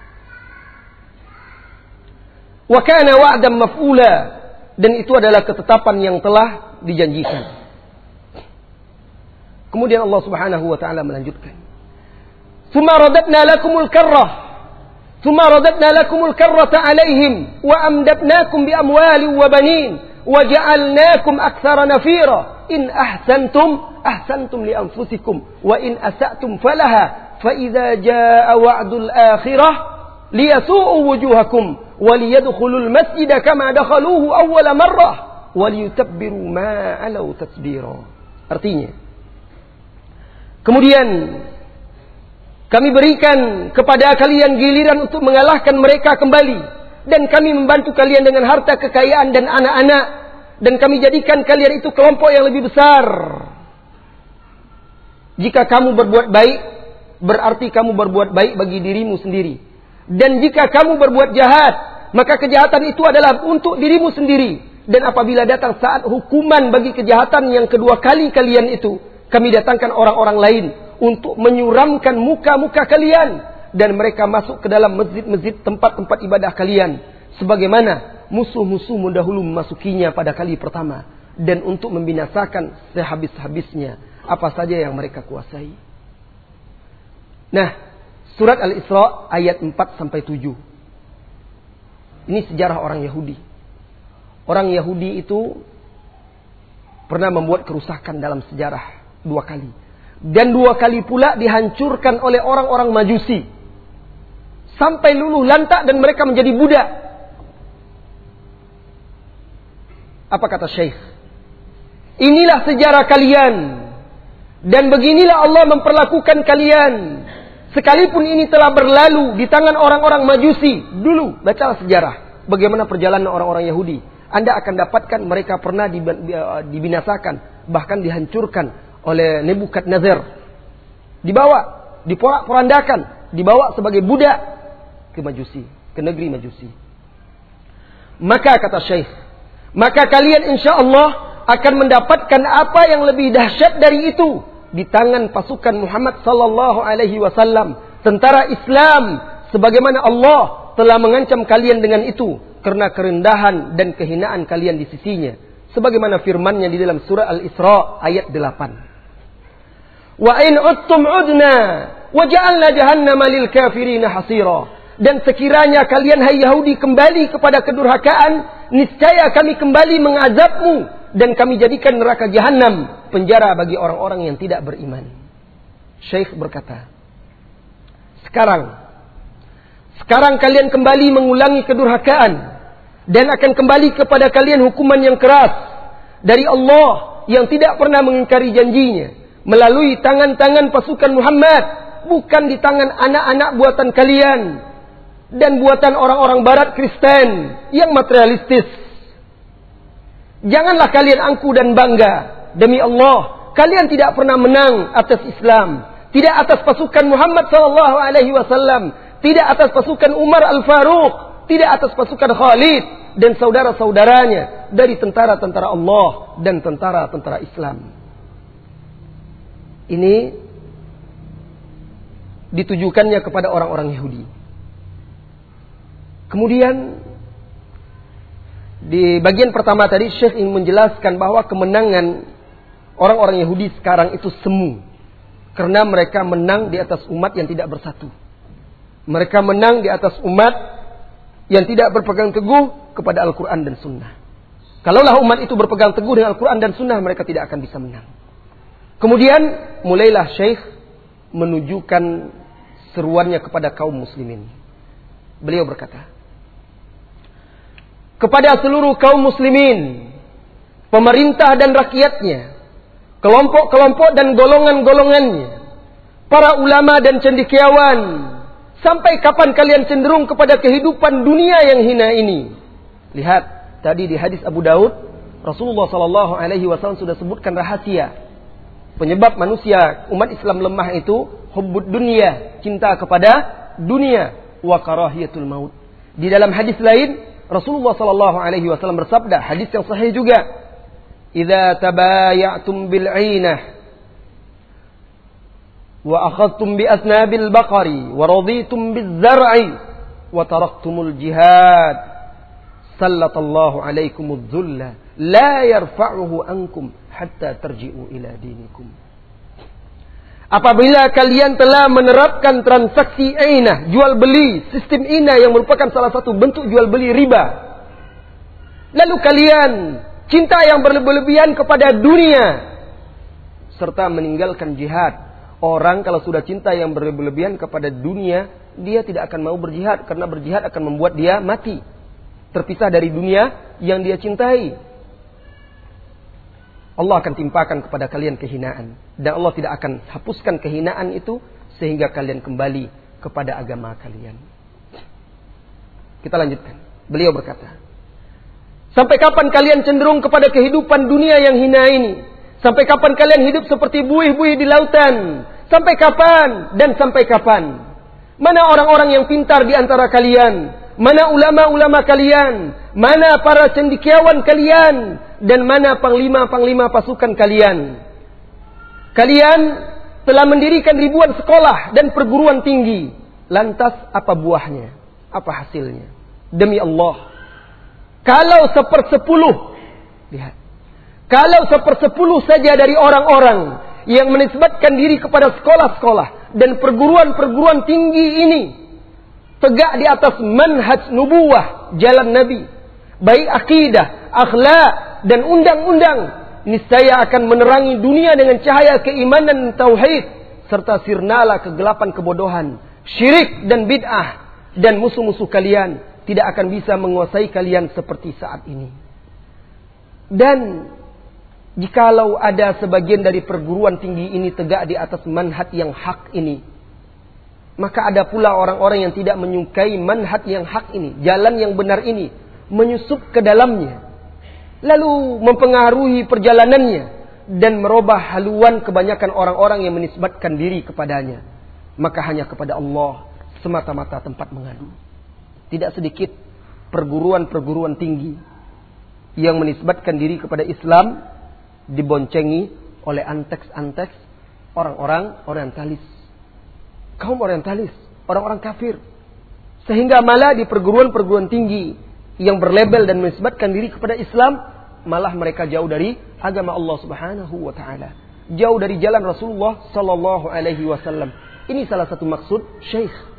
Wa kana wa'dan maf'ula. Dan itu adalah ketetapan yang telah dijanjikan. Kemudian Allah Subhanahu wa taala melanjutkan, "Tsumma radatna lakumul karrah. Tsumma radatna lakumul karrata 'alaihim wa amdatnakum bi amwalin wa banin. وَجَعَلْنَاكُمْ أَكْثَرَ نَفِيرًا إِنْ أَحْسَنْتُمْ لِأَنفُسِكُمْ وَإِنْ أَسَأْتُمْ فَلَهَا فَإِذَا جَاءَ وَعْدُ الْآخِرَةِ liyasu'u wujuhakum wa liyadkhulul masjida kama dakhaluhu awwala marrah wa liyutabbiru ma 'alau tatbira. Artinya, kemudian kami berikan kepada kalian giliran untuk mengalahkan mereka kembali, dan kami membantu kalian dengan harta kekayaan dan anak-anak, dan kami jadikan kalian itu kelompok yang lebih besar. Jika kamu berbuat baik, berarti kamu berbuat baik bagi dirimu sendiri. Dan jika kamu berbuat jahat, maka kejahatan itu adalah untuk dirimu sendiri. Dan apabila datang saat hukuman bagi kejahatan yang kedua kali kalian itu, kami datangkan orang-orang lain untuk menyuramkan muka-muka kalian, dan mereka masuk ke dalam masjid-masjid, tempat-tempat ibadah kalian, sebagaimana musuh-musuh dahulu memasukinya pada kali pertama, dan untuk membinasakan sehabis-habisnya apa saja yang mereka kuasai. Nah, surat Al-Isra ayat 4-7. Ini sejarah orang Yahudi. Orang Yahudi itu pernah membuat kerusakan dalam sejarah 2 kali. Dan 2 kali pula dihancurkan oleh orang-orang Majusi. Sampai luluh lantak dan mereka menjadi budak. Apa kata Syekh? Inilah sejarah kalian. Dan beginilah Allah memperlakukan kalian. Sekalipun ini telah berlalu di tangan orang-orang Majusi. Dulu, bacalah sejarah. Bagaimana perjalanan orang-orang Yahudi. Anda akan dapatkan mereka pernah dibinasakan. Bahkan dihancurkan oleh Nebukadnezar. Dibawa, diporak-porandakan. Dibawa sebagai budak ke Majusi. Ke negeri Majusi. Maka kata Syekh, maka kalian insya Allah akan mendapatkan apa yang lebih dahsyat dari itu di tangan pasukan Muhammad sallallahu alaihi wasallam, tentara Islam, sebagaimana Allah telah mengancam kalian dengan itu karena kerendahan dan kehinaan kalian di sisinya, sebagaimana firman-Nya di dalam surah Al-Isra ayat 8. Wa in uttum udna wa ja'alna jahannama lil kafirin hasira. Dan sekiranya kalian hai Yahudi kembali kepada kedurhakaan, niscaya kami kembali mengazabmu dan kami jadikan neraka Jahannam penjara bagi orang-orang yang tidak beriman. Syekh berkata, sekarang kalian kembali mengulangi kedurhakaan dan akan kembali kepada kalian hukuman yang keras dari Allah yang tidak pernah mengingkari janjinya melalui tangan-tangan pasukan Muhammad, bukan di tangan anak-anak buatan kalian dan buatan orang-orang barat Kristen yang materialistis. Janganlah kalian angku dan bangga. Demi Allah, kalian tidak pernah menang atas Islam, tidak atas pasukan Muhammad sallallahu alaihi wasallam, tidak atas pasukan Umar Al-Faruq, tidak atas pasukan Khalid dan saudara-saudaranya dari tentara-tentara Allah dan tentara-tentara Islam. Ini ditujukannya kepada orang-orang Yahudi. Kemudian di bagian pertama tadi Syekh ingin menjelaskan bahwa kemenangan orang-orang Yahudi sekarang itu semu. Karena mereka menang di atas umat yang tidak bersatu. Mereka menang di atas umat yang tidak berpegang teguh kepada Al-Quran dan Sunnah. Kalaulah umat itu berpegang teguh dengan Al-Quran dan Sunnah, mereka tidak akan bisa menang. Kemudian mulailah Syekh menunjukkan seruannya kepada kaum muslimin. Beliau berkata, kepada seluruh kaum muslimin, pemerintah dan rakyatnya, kelompok-kelompok dan golongan-golongannya, para ulama dan cendekiawan, sampai kapan kalian cenderung kepada kehidupan dunia yang hina ini? Lihat, tadi di hadis Abu Daud, Rasulullah sallallahu alaihi wasallam sudah sebutkan rahasia penyebab manusia umat Islam lemah itu hubbud dunya, cinta kepada dunia, wa karahiyatul maut. Di dalam hadis lain Rasulullah sallallahu alaihi wasallam bersabda, hadis yang sahih juga, "Idza tabayatum bil 'ainah wa akhadtum bi asnabil baqari wa raditum biz zar'i wa taraktumul jihad, sallatallahu alaikumudz dhulla la yarfa'uhu ankum hatta tarji'u ila dinikum." Apabila kalian telah menerapkan transaksi ainah, jual beli, sistem ainah yang merupakan salah satu bentuk jual beli riba, lalu kalian cinta yang berlebihan kepada dunia serta meninggalkan jihad. Orang kalau sudah cinta yang berlebihan kepada dunia, dia tidak akan mau berjihad karena berjihad akan membuat dia mati, terpisah dari dunia yang dia cintai. Allah akan timpakan kepada kalian kehinaan dan Allah tidak akan hapuskan kehinaan itu sehingga kalian kembali kepada agama kalian. Kita lanjutkan. Beliau berkata, sampai kapan kalian cenderung kepada kehidupan dunia yang hina ini? Sampai kapan kalian hidup seperti buih-buih di lautan? Sampai kapan dan sampai kapan? Mana orang-orang yang pintar di antara kalian? Mana ulama-ulama kalian? Mana para cendekiawan kalian? Dan mana panglima-panglima pasukan kalian? Kalian telah mendirikan ribuan sekolah dan perguruan tinggi. Lantas apa buahnya? Apa hasilnya? Demi Allah, kalau 1/10, lihat, kalau 1/10 saja dari orang-orang yang menisbatkan diri kepada sekolah-sekolah dan perguruan-perguruan tinggi ini tegak di atas manhaj nubuwah, jalan Nabi, baik akidah, akhlak dan undang-undang, niscaya akan menerangi dunia dengan cahaya keimanan tauhid serta sirnala kegelapan kebodohan, syirik dan bid'ah, dan musuh-musuh kalian tidak akan bisa menguasai kalian seperti saat ini. Dan jikalau ada sebagian dari perguruan tinggi ini tegak di atas manhaj yang hak ini, maka ada pula orang-orang yang tidak menyukai manhaj yang hak ini, jalan yang benar ini, menyusup ke dalamnya, lalu mempengaruhi perjalanannya dan merubah haluan kebanyakan orang-orang yang menisbatkan diri kepadanya. Maka hanya kepada Allah semata-mata tempat mengadu. Tidak sedikit perguruan-perguruan tinggi yang menisbatkan diri kepada Islam diboncengi oleh anteks-anteks orang-orang orientalis, kaum orientalis, orang-orang kafir. Sehingga malah di perguruan-perguruan tinggi yang berlabel dan menisbatkan diri kepada Islam, malah mereka jauh dari agama Allah Subhanahu wa taala, jauh dari jalan Rasulullah sallallahu alaihi wasallam. Ini salah satu maksud Syekh.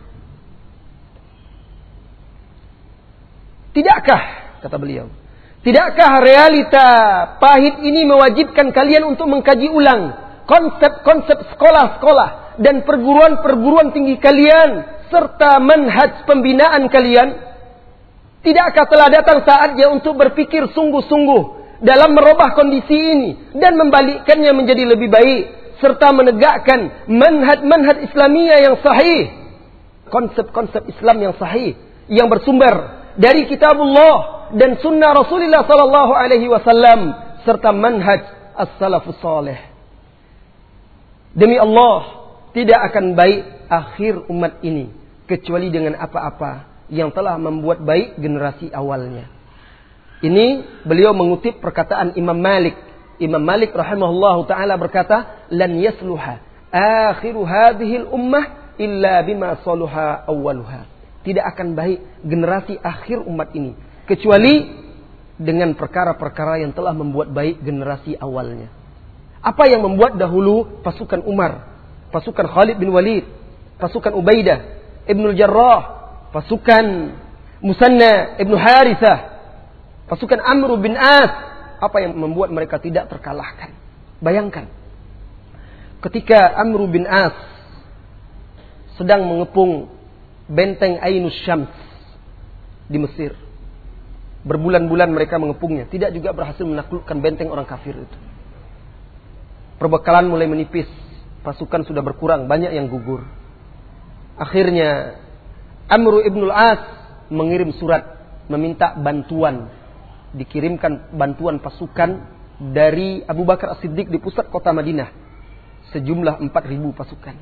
Tidakkah, kata beliau, tidakkah realita pahit ini mewajibkan kalian untuk mengkaji ulang konsep-konsep sekolah-sekolah dan perguruan-perguruan tinggi kalian serta manhaj pembinaan kalian? Tidakkah telah datang saatnya untuk berpikir sungguh-sungguh dalam merubah kondisi ini dan membalikkannya menjadi lebih baik serta menegakkan manhaj-manhaj Islamiyah yang sahih, konsep-konsep Islam yang sahih yang bersumber dari kitabullah dan sunnah Rasulullah sallallahu alaihi wasallam serta manhaj as-salafus salih. Demi Allah, tidak akan baik akhir umat ini kecuali dengan apa-apa yang telah membuat baik generasi awalnya. Ini beliau mengutip perkataan Imam Malik. Imam Malik rahimahullahu taala berkata, "Lan yasluha akhiru hadhil ummah illa bima saluha awwaluha." Tidak akan baik generasi akhir umat ini kecuali dengan perkara-perkara yang telah membuat baik generasi awalnya. Apa yang membuat dahulu pasukan Umar, pasukan Khalid bin Walid, pasukan Ubaidah Ibnul Jarrah, pasukan Musanna Ibnu Harithah, pasukan Amr bin As, apa yang membuat mereka tidak terkalahkan? Bayangkan, ketika Amr bin As sedang mengepung benteng Ainus Syams di Mesir, berbulan-bulan mereka mengepungnya, tidak juga berhasil menaklukkan benteng orang kafir itu. Perbekalan mulai menipis, pasukan sudah berkurang, banyak yang gugur. Akhirnya Amr ibnul As mengirim surat meminta bantuan. Dikirimkan bantuan pasukan dari Abu Bakar As-Siddiq di pusat kota Madinah, sejumlah 4.000 pasukan.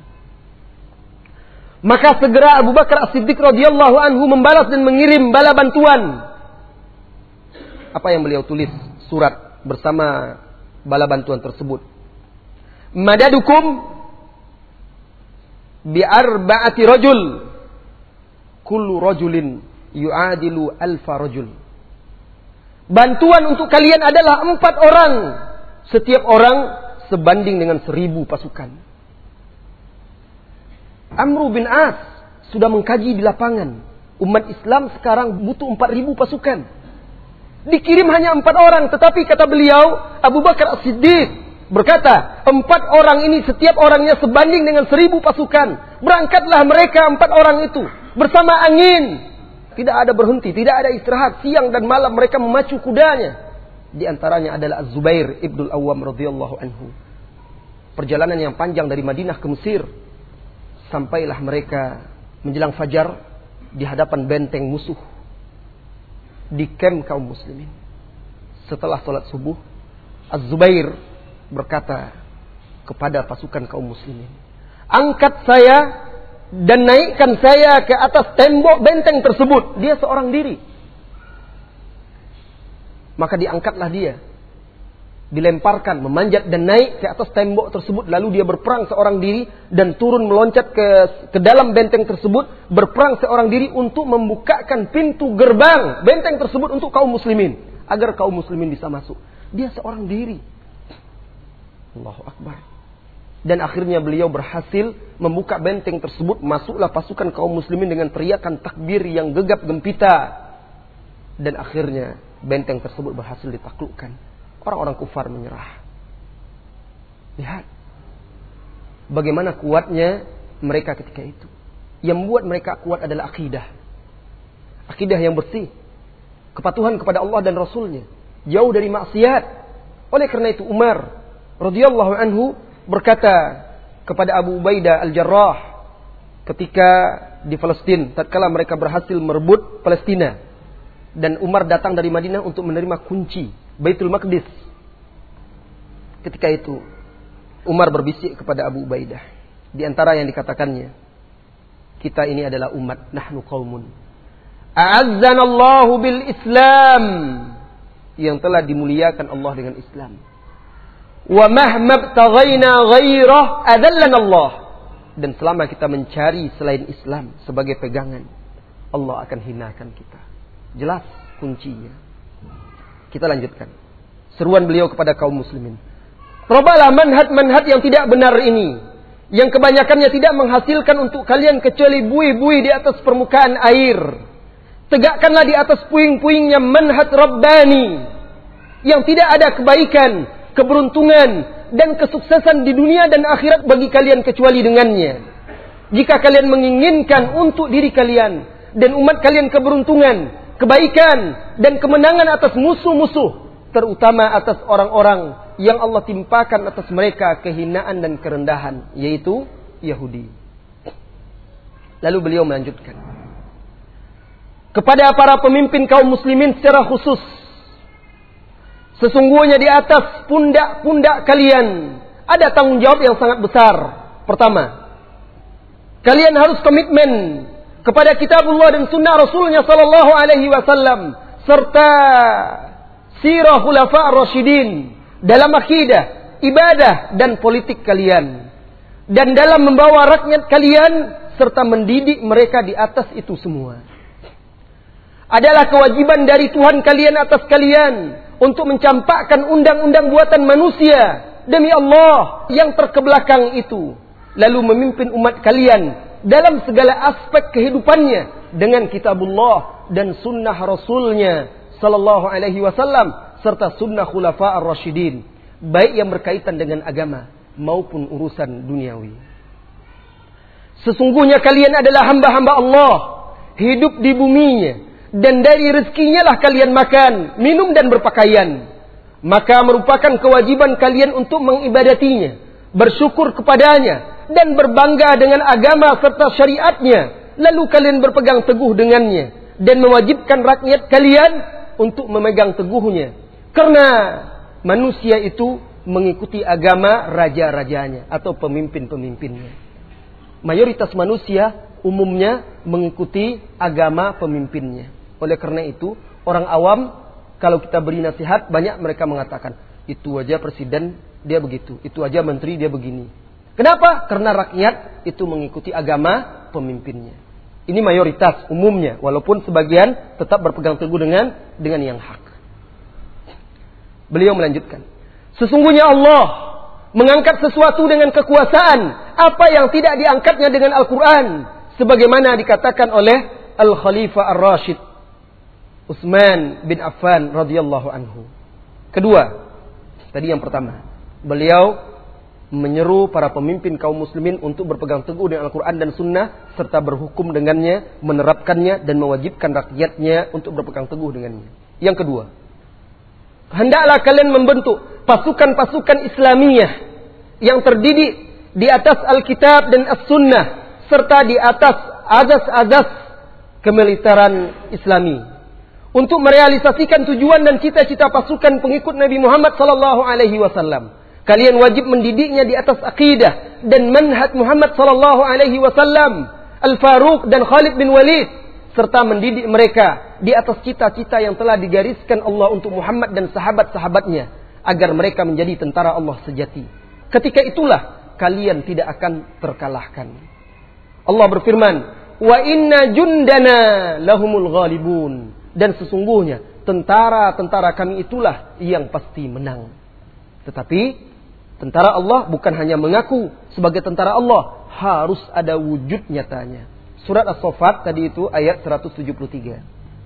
Maka segera Abu Bakar As-Siddiq radhiyallahu anhu membalas dan mengirim bala bantuan. Apa yang beliau tulis? Surat bersama bala bantuan tersebut. Madadukum bi'arba'ati rajul, kullu rajulin yu'adilu alfa rajul. Bantuan untuk kalian adalah 4 orang. Setiap orang sebanding dengan 1.000 pasukan. Amr bin As sudah mengkaji di lapangan. Umat Islam sekarang butuh 4.000 pasukan. Dikirim hanya 4 orang. Tetapi kata beliau, Abu Bakar As-Siddiq berkata, 4 orang ini setiap orangnya sebanding dengan 1000 pasukan. Berangkatlah mereka 4 orang itu bersama angin. Tidak ada berhenti, tidak ada istirahat. Siang dan malam mereka memacu kudanya. Di antaranya adalah Az-Zubair ibnul Awwam radhiyallahu anhu. Perjalanan yang panjang dari Madinah ke Mesir. Sampailah mereka menjelang fajar di hadapan benteng musuh. Di kamp kaum muslimin. Setelah sholat subuh, Az-Zubair berkata kepada pasukan kaum muslimin, angkat saya dan naikkan saya ke atas tembok benteng tersebut. Dia seorang diri. Maka diangkatlah dia. Dilemparkan, memanjat dan naik ke atas tembok tersebut. Lalu dia berperang seorang diri dan turun meloncat ke dalam benteng tersebut. Berperang seorang diri untuk membukakan pintu gerbang benteng tersebut untuk kaum muslimin. Agar kaum muslimin bisa masuk. Dia seorang diri. Allahu Akbar. Dan akhirnya beliau berhasil membuka benteng tersebut. Masuklah pasukan kaum muslimin dengan teriakan takbir yang gegap gempita. Dan akhirnya benteng tersebut berhasil ditaklukkan. Orang-orang kufar menyerah. Lihat bagaimana kuatnya mereka ketika itu. Yang membuat mereka kuat adalah akidah. Akidah yang bersih. Kepatuhan kepada Allah dan Rasulnya. Jauh dari maksiat. Oleh karena itu Umar radhiyallahu anhu berkata kepada Abu Ubaidah Al-Jarrah ketika di Palestina, tatkala mereka berhasil merebut Palestina, dan Umar datang dari Madinah untuk menerima kunci Baitul Maqdis. Ketika itu Umar berbisik kepada Abu Ubaidah. Di antara yang dikatakannya, kita ini adalah umat, nahnu qaumun a'azzanallahu bil Islam, yang telah dimuliakan Allah dengan Islam. Wa mahma btaghaina ghairah adallana Allah, dan selama kita mencari selain Islam sebagai pegangan, Allah akan hinakan kita. Jelas kuncinya. Kita lanjutkan seruan beliau kepada kaum muslimin. Probalah manhaj-manhaj yang tidak benar ini, yang kebanyakannya tidak menghasilkan untuk kalian kecuali buih-buih di atas permukaan air. Tegakkanlah di atas puing-puingnya manhaj Rabbani, yang tidak ada kebaikan, keberuntungan, dan kesuksesan di dunia dan akhirat bagi kalian kecuali dengannya. Jika kalian menginginkan untuk diri kalian dan umat kalian keberuntungan, kebaikan, dan kemenangan atas musuh-musuh, terutama atas orang-orang yang Allah timpakan atas mereka kehinaan dan kerendahan, yaitu Yahudi. Lalu beliau melanjutkan kepada para pemimpin kaum muslimin secara khusus, sesungguhnya di atas pundak-pundak kalian ada tanggung jawab yang sangat besar. Pertama, kalian harus komitmen kepada kitabullah dan sunnah Rasulnya sallallahu alaihi wasallam serta sirah khulafa ar-rasyidin dalam akidah, ibadah dan politik kalian, dan dalam membawa rakyat kalian serta mendidik mereka di atas itu semua. Adalah kewajiban dari Tuhan kalian atas kalian untuk mencampakkan undang-undang buatan manusia demi Allah yang terkebelakang itu, lalu memimpin umat kalian dalam segala aspek kehidupannya dengan kitabullah dan sunnah Rasulnya sallallahu alaihi wasallam serta sunnah khulafa ar-rasyidin, baik yang berkaitan dengan agama maupun urusan duniawi. Sesungguhnya kalian adalah hamba-hamba Allah, hidup di buminya, dan dari rezekinya lah kalian makan, minum dan berpakaian. Maka merupakan kewajiban kalian untuk mengibadatinya, bersyukur kepadanya, dan berbangga dengan agama serta syariatnya. Lalu kalian berpegang teguh dengannya, dan mewajibkan rakyat kalian untuk memegang teguhnya. Karena manusia itu mengikuti agama raja-rajanya atau pemimpin-pemimpinnya. Mayoritas manusia umumnya mengikuti agama pemimpinnya. Oleh karena itu, orang awam kalau kita beri nasihat, banyak mereka mengatakan, itu aja presiden dia begitu, itu aja menteri dia begini. Kenapa? Karena rakyat itu mengikuti agama pemimpinnya. Ini mayoritas umumnya, walaupun sebagian tetap berpegang teguh dengan yang hak. Beliau melanjutkan, sesungguhnya Allah mengangkat sesuatu dengan kekuasaan apa yang tidak diangkatnya dengan Al-Quran, sebagaimana dikatakan oleh Al-Khalifah Ar-Rashid Utsman bin Affan radhiyallahu anhu. Kedua, tadi yang pertama, Beliau menyeru para pemimpin kaum muslimin untuk berpegang teguh dengan Al-Quran dan Sunnah, serta berhukum dengannya, menerapkannya, dan mewajibkan rakyatnya untuk berpegang teguh dengannya. Yang kedua, hendaklah kalian membentuk pasukan-pasukan Islamiyah yang terdidik di atas Alkitab dan As-Sunnah, serta di atas azas-azas kemiliteran Islami, untuk merealisasikan tujuan dan cita-cita pasukan pengikut Nabi Muhammad SAW. Kalian wajib mendidiknya di atas akidah dan manhaj Muhammad sallallahu alaihi wasallam, Al-Faruq dan Khalid bin Walid, serta mendidik mereka di atas cita-cita yang telah digariskan Allah untuk Muhammad dan sahabat-sahabatnya, agar mereka menjadi tentara Allah sejati. Ketika itulah kalian tidak akan terkalahkan. Allah berfirman, "Wa inna jundana lahumul ghalibun." Dan sesungguhnya tentara-tentara kami itulah yang pasti menang. Tetapi tentara Allah bukan hanya mengaku sebagai tentara Allah, harus ada wujud nyatanya. Surat As-Saffat tadi itu ayat 173.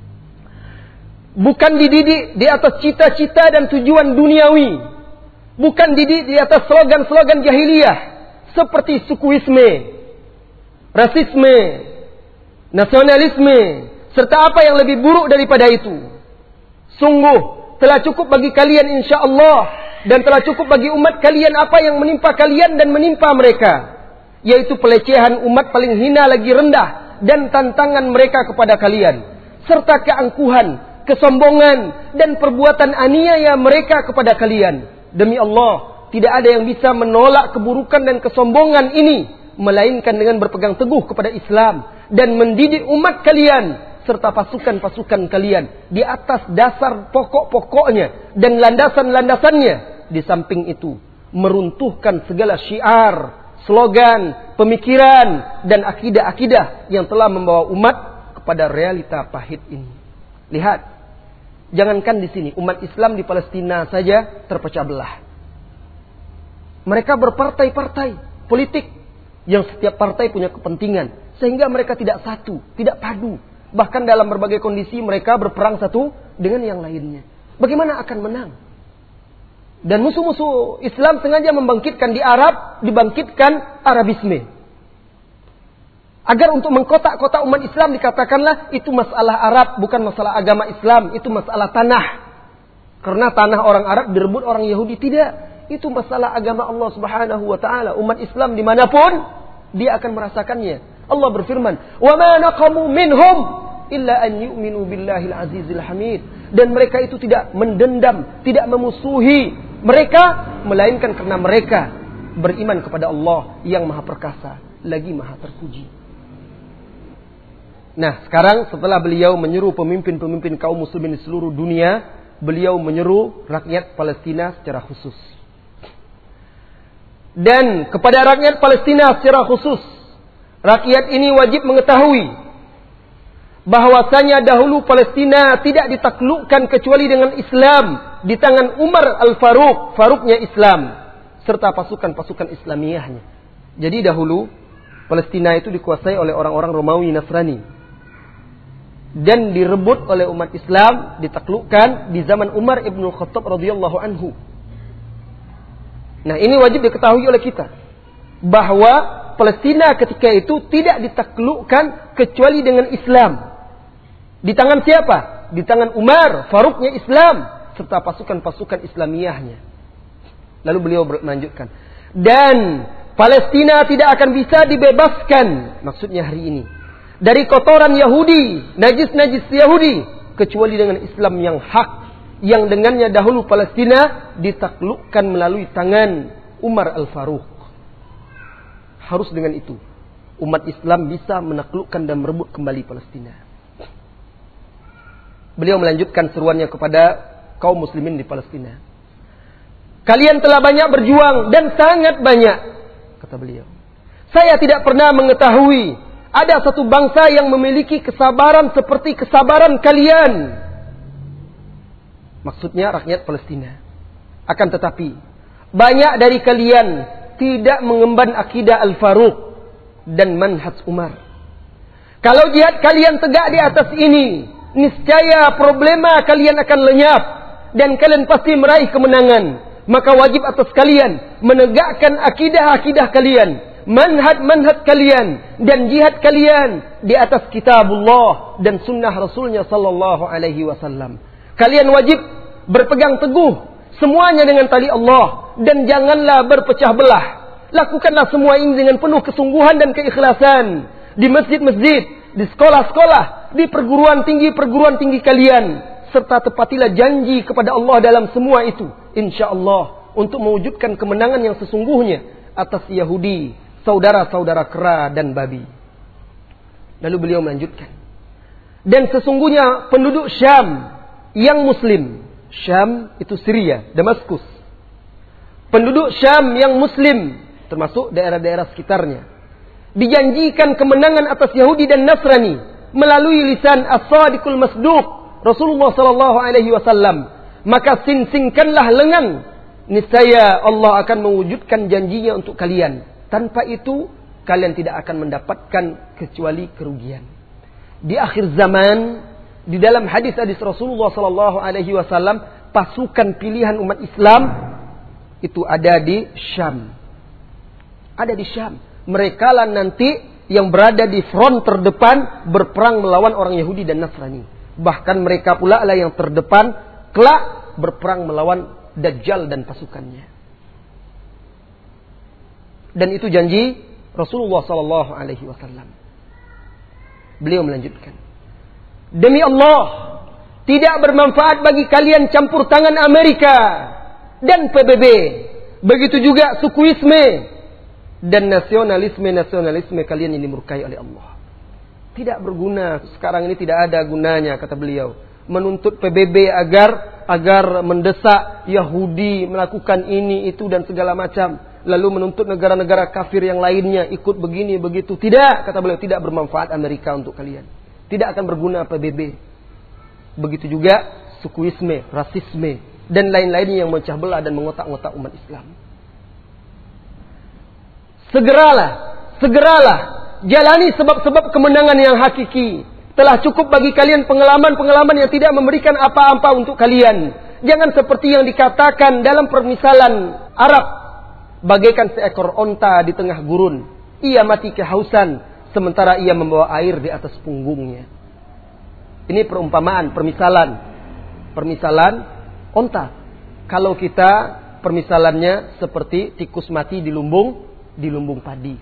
Bukan dididik di atas cita-cita dan tujuan duniawi. Bukan dididik di atas slogan-slogan jahiliyah seperti sukuisme, rasisme, nasionalisme, serta apa yang lebih buruk daripada itu. Sungguh telah cukup bagi kalian insya-Allah, dan telah cukup bagi umat kalian apa yang menimpa kalian dan menimpa mereka, yaitu pelecehan umat paling hina lagi rendah, dan tantangan mereka kepada kalian, serta keangkuhan, kesombongan, dan perbuatan aniaya mereka kepada kalian. Demi Allah, tidak ada yang bisa menolak keburukan dan kesombongan ini, melainkan dengan berpegang teguh kepada Islam dan mendidik umat kalian serta pasukan-pasukan kalian di atas dasar pokok-pokoknya dan landasan-landasannya. Di samping itu, meruntuhkan segala syiar, slogan, pemikiran, dan akidah-akidah yang telah membawa umat kepada realita pahit ini. Lihat, jangankan di sini, umat Islam di Palestina saja terpecah belah. Mereka berpartai-partai politik yang setiap partai punya kepentingan, sehingga mereka tidak satu, tidak padu. Bahkan dalam berbagai kondisi mereka berperang satu dengan yang lainnya. Bagaimana akan menang? Dan musuh-musuh Islam sengaja membangkitkan di Arab, dibangkitkan Arabisme. Agar untuk mengkotak-kotak umat Islam dikatakanlah itu masalah Arab, bukan masalah agama Islam, itu masalah tanah. Karena tanah orang Arab direbut orang Yahudi, tidak. Itu masalah agama Allah Subhanahu wa taala. Umat Islam dimanapun dia akan merasakannya. Allah berfirman, "Wa ma naqamu minhum illa an yu'minu billahil azizil hamid." Dan mereka itu tidak mendendam, tidak memusuhi mereka, melainkan karena mereka beriman kepada Allah yang Maha Perkasa, lagi Maha Terpuji. Nah, sekarang setelah beliau menyuruh pemimpin-pemimpin kaum muslimin di seluruh dunia, beliau menyuruh rakyat Palestina secara khusus. Dan kepada rakyat Palestina secara khusus, rakyat ini wajib mengetahui bahwasanya dahulu Palestina tidak ditaklukkan kecuali dengan Islam di tangan Umar Al-Faruq, Faruqnya Islam, serta pasukan-pasukan Islamiyahnya. Jadi dahulu Palestina itu dikuasai oleh orang-orang Romawi Nasrani dan direbut oleh umat Islam, ditaklukkan di zaman Umar Ibn Khattab radhiyallahu anhu. Nah, ini wajib diketahui oleh kita bahwa Palestina ketika itu tidak ditaklukkan kecuali dengan Islam. Di tangan siapa? Di tangan Umar, Faruqnya Islam, serta pasukan-pasukan Islamiyahnya. Lalu beliau melanjutkan, dan Palestina tidak akan bisa dibebaskan, maksudnya hari ini, dari kotoran Yahudi, najis-najis Yahudi, kecuali dengan Islam yang hak, yang dengannya dahulu Palestina ditaklukkan melalui tangan Umar Al-Faruq. Harus dengan itu umat Islam bisa menaklukkan dan merebut kembali Palestina. Beliau melanjutkan seruannya kepada kaum muslimin di Palestina. Kalian telah banyak berjuang dan sangat banyak, kata beliau. Saya tidak pernah mengetahui ada satu bangsa yang memiliki kesabaran seperti kesabaran kalian. Maksudnya rakyat Palestina. Akan tetapi banyak dari kalian tidak mengemban akidah Al-Faruq dan manhaj Umar. Kalau jihad kalian tegak di atas ini, niscaya problema kalian akan lenyap dan kalian pasti meraih kemenangan. Maka wajib atas kalian menegakkan akidah-akidah kalian, manhaj-manhaj kalian, dan jihad kalian di atas kitabullah dan sunnah Rasulnya sallallahu alaihi wasallam. Kalian wajib berpegang teguh semuanya dengan tali Allah, dan janganlah berpecah belah. Lakukanlah semua ini dengan penuh kesungguhan dan keikhlasan. Di masjid-masjid, di sekolah-sekolah, di perguruan tinggi kalian. Serta tepatilah janji kepada Allah dalam semua itu, insyaallah, untuk mewujudkan kemenangan yang sesungguhnya atas Yahudi, saudara-saudara kera dan babi. Lalu beliau melanjutkan, dan sesungguhnya penduduk Syam yang muslim, Syam itu Syria, Damaskus, penduduk Syam yang muslim termasuk daerah-daerah sekitarnya, dijanjikan kemenangan atas Yahudi dan Nasrani melalui lisan As-Sadiqul Masduq Rasulullah sallallahu alaihi wasallam. Maka sing-singkanlah lengan, niscaya Allah akan mewujudkan janjinya untuk kalian. Tanpa itu kalian tidak akan mendapatkan kecuali kerugian. Di akhir zaman, di dalam hadis-hadis Rasulullah sallallahu alaihi wasallam, pasukan pilihan umat Islam itu ada di Syam. Ada di Syam. Mereka lah nanti yang berada di front terdepan berperang melawan orang Yahudi dan Nasrani. Bahkan mereka pula lah yang terdepan kelak berperang melawan Dajjal dan pasukannya. Dan itu janji Rasulullah sallallahu alaihi wasallam. Beliau melanjutkan, demi Allah, tidak bermanfaat bagi kalian campur tangan Amerika dan PBB. Begitu juga sukuisme dan nasionalisme kalian ini dimurkai oleh Allah. Tidak berguna, sekarang ini tidak ada gunanya, kata beliau, menuntut PBB agar mendesak Yahudi melakukan ini, itu dan segala macam, lalu menuntut negara-negara kafir yang lainnya ikut begini begitu. Tidak, kata beliau, tidak bermanfaat Amerika untuk kalian. Tidak akan berguna PBB. Begitu juga sukuisme, rasisme dan lain-lainnya yang memecah belah dan mengotak-ngotak umat Islam. Segeralah jalani sebab-sebab kemenangan yang hakiki. Telah cukup bagi kalian pengalaman-pengalaman yang tidak memberikan apa-apa untuk kalian. Jangan seperti yang dikatakan dalam permisalan Arab, bagaikan seekor onta di tengah gurun. Ia mati kehausan sementara ia membawa air di atas punggungnya. Ini perumpamaan, permisalan onta. Kalau kita permisalannya seperti tikus mati di lumbung padi.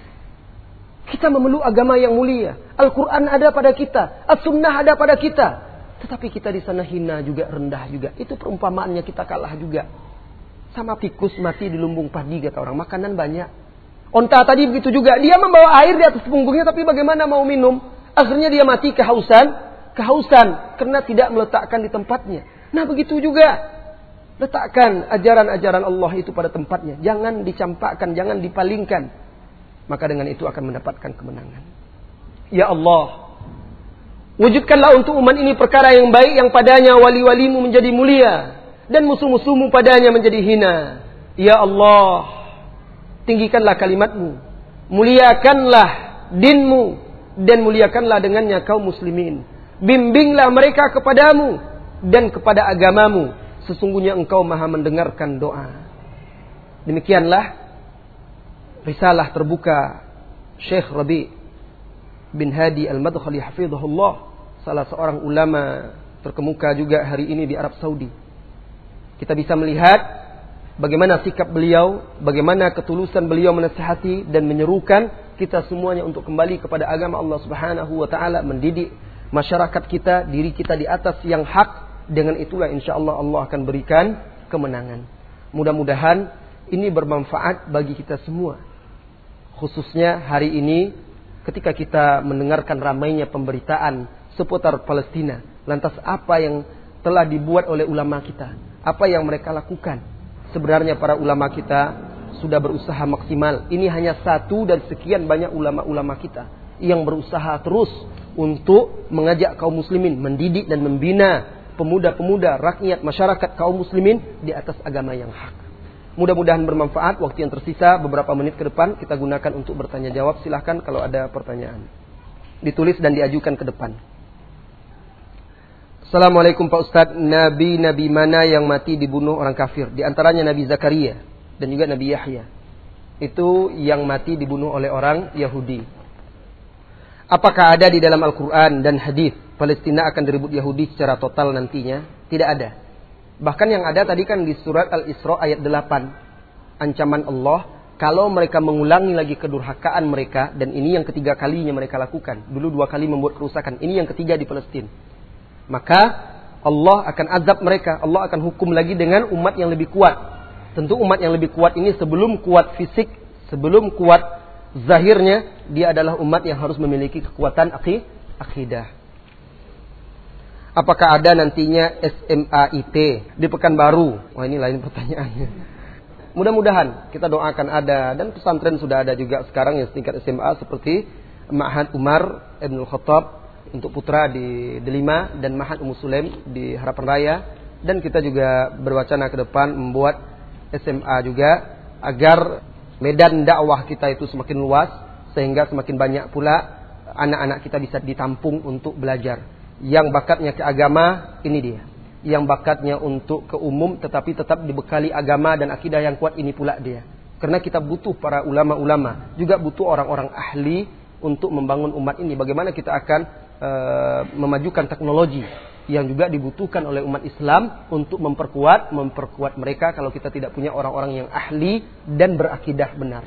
Kita memeluk agama yang mulia. Al-Quran ada pada kita. As-Sunnah ada pada kita. Tetapi kita di sana hina juga, rendah juga. Itu perumpamaannya, kita kalah juga. Sama tikus mati di lumbung padi, kata orang. Makanan banyak. Onta tadi begitu juga. Dia membawa air di atas punggungnya, tapi bagaimana mau minum? Akhirnya dia mati kehausan. Karena tidak meletakkan di tempatnya. Nah begitu juga. Letakkan ajaran-ajaran Allah itu pada tempatnya. Jangan dicampakkan, jangan dipalingkan. Maka dengan itu akan mendapatkan kemenangan. Ya Allah, wujudkanlah untuk umat ini perkara yang baik, yang padanya wali-walimu menjadi mulia dan musuh-musuhmu padanya menjadi hina. Ya Allah, tinggikanlah kalimatmu, muliakanlah dinmu, dan muliakanlah dengannya kaum muslimin. Bimbinglah mereka kepadamu dan kepada agamamu. Sesungguhnya engkau maha mendengarkan doa. Demikianlah risalah terbuka Syekh Rabi' bin Hadi Al-Madkhali hafizahullah, salah seorang ulama terkemuka juga hari ini di Arab Saudi. Kita bisa melihat bagaimana sikap beliau, bagaimana ketulusan beliau menasihati dan menyerukan kita semuanya untuk kembali kepada agama Allah Subhanahu wa taala, mendidik masyarakat kita, diri kita di atas yang hak. Dengan itulah insyaallah Allah akan berikan kemenangan. Mudah-mudahan ini bermanfaat bagi kita semua. Khususnya hari ini ketika kita mendengarkan ramainya pemberitaan seputar Palestina. Lantas apa yang telah dibuat oleh ulama kita? Apa yang mereka lakukan? Sebenarnya para ulama kita sudah berusaha maksimal. Ini hanya satu dari sekian banyak ulama-ulama kita yang berusaha terus untuk mengajak kaum muslimin, mendidik dan membina pemuda-pemuda, rakyat, masyarakat kaum muslimin di atas agama yang hak. Mudah-mudahan bermanfaat. Waktu yang tersisa beberapa menit ke depan kita gunakan untuk bertanya jawab. Silahkan kalau ada pertanyaan. Ditulis dan diajukan ke depan. Assalamualaikum Pak Ustadz, nabi-nabi mana yang mati dibunuh orang kafir? Di antaranya Nabi Zakaria dan juga Nabi Yahya. Itu yang mati dibunuh oleh orang Yahudi. Apakah ada di dalam Al-Quran dan hadis Palestina akan direbut Yahudi secara total nantinya? Tidak ada. Bahkan yang ada tadi kan di surat Al-Isra ayat 8. Ancaman Allah kalau mereka mengulangi lagi kedurhakaan mereka, dan ini yang ketiga kalinya mereka lakukan. Dulu 2 kali membuat kerusakan, ini yang ketiga di Palestina. Maka Allah akan azab mereka. Allah akan hukum lagi dengan umat yang lebih kuat. Tentu umat yang lebih kuat ini sebelum kuat fisik, sebelum kuat zahirnya, dia adalah umat yang harus memiliki kekuatan akidah. Apakah ada nantinya SMAIT di Pekanbaru? Wah, ini lain pertanyaannya. Mudah-mudahan kita doakan ada, dan pesantren sudah ada juga sekarang yang setingkat SMA seperti Ma'had Umar Ibn Khattab untuk putra di Delima dan Ma'had Ummu Sulaim di Harapan Raya, dan kita juga berwacana ke depan membuat SMA juga agar medan dakwah kita itu semakin luas sehingga semakin banyak pula anak-anak kita bisa ditampung untuk belajar. Yang bakatnya ke agama, ini dia. Yang bakatnya untuk ke umum tetapi tetap dibekali agama dan akidah yang kuat, ini pula dia. Karena kita butuh para ulama-ulama, juga butuh orang-orang ahli untuk membangun umat ini. Bagaimana kita akan memajukan teknologi yang juga dibutuhkan oleh umat Islam untuk memperkuat mereka kalau kita tidak punya orang-orang yang ahli dan berakidah benar.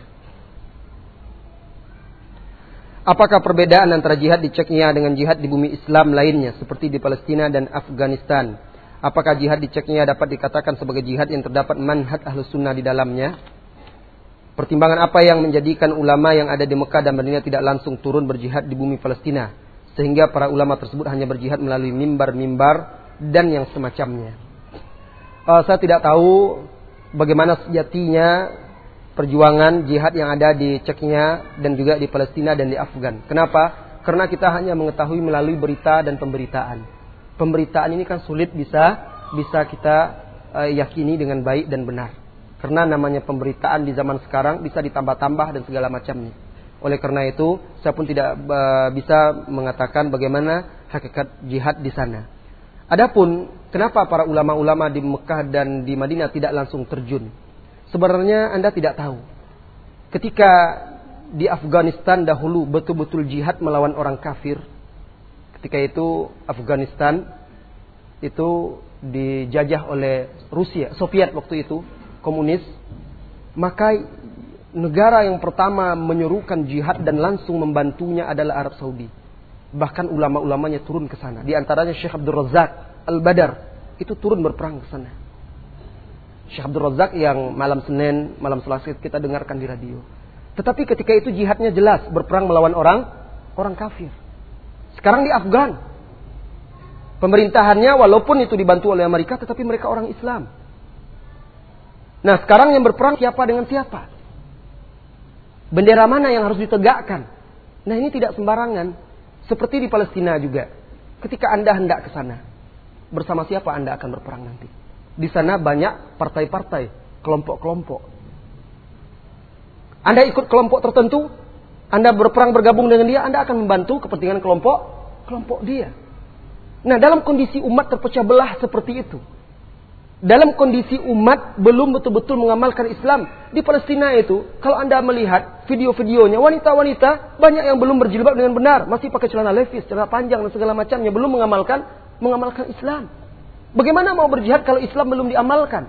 Apakah perbedaan antara jihad di Chechnya dengan jihad di bumi Islam lainnya seperti di Palestina dan Afghanistan? Apakah jihad di Chechnya dapat dikatakan sebagai jihad yang terdapat manhaj Ahlus Sunnah di dalamnya? Pertimbangan apa yang menjadikan ulama yang ada di Mekah dan Madinah tidak langsung turun berjihad di bumi Palestina, sehingga para ulama tersebut hanya berjihad melalui mimbar-mimbar dan yang semacamnya? Saya tidak tahu bagaimana sejatinya perjuangan jihad yang ada di Chechnya dan juga di Palestina dan di Afgan. Kenapa? Karena kita hanya mengetahui melalui berita dan pemberitaan. Pemberitaan ini kan sulit bisa kita yakini dengan baik dan benar. Karena namanya pemberitaan di zaman sekarang bisa ditambah-tambah dan segala macamnya. Oleh karena itu, saya pun tidak bisa mengatakan bagaimana hakikat jihad di sana. Adapun kenapa para ulama-ulama di Mekah dan di Madinah tidak langsung terjun? Sebenarnya Anda tidak tahu. Ketika di Afghanistan dahulu betul-betul jihad melawan orang kafir, ketika itu Afghanistan itu dijajah oleh Rusia, Soviet waktu itu, komunis, maka negara yang pertama menyuruhkan jihad dan langsung membantunya adalah Arab Saudi. Bahkan ulama-ulamanya turun ke sana. Di antaranya Syekh Abdul Razak Al-Badar itu turun berperang ke sana. Syekh Abdul Razak yang malam Senin, malam Selasa kita dengarkan di radio. Tetapi ketika itu jihadnya jelas, berperang melawan orang kafir. Sekarang di Afgan, pemerintahannya walaupun itu dibantu oleh Amerika, tetapi mereka orang Islam. Nah, sekarang yang berperang siapa dengan siapa? Bendera mana yang harus ditegakkan? Nah, ini tidak sembarangan. Seperti di Palestina juga. Ketika Anda hendak ke sana, bersama siapa Anda akan berperang nanti? Di sana banyak partai-partai, kelompok-kelompok. Anda ikut kelompok tertentu, Anda berperang bergabung dengan dia, Anda akan membantu kepentingan kelompok dia. Nah, dalam kondisi umat terpecah belah seperti itu, dalam kondisi umat belum betul-betul mengamalkan Islam. Di Palestina itu, kalau Anda melihat video-videonya, wanita-wanita banyak yang belum berjilbab dengan benar, masih pakai celana levis, celana panjang dan segala macamnya, belum mengamalkan Islam. Bagaimana mau berjihad kalau Islam belum diamalkan?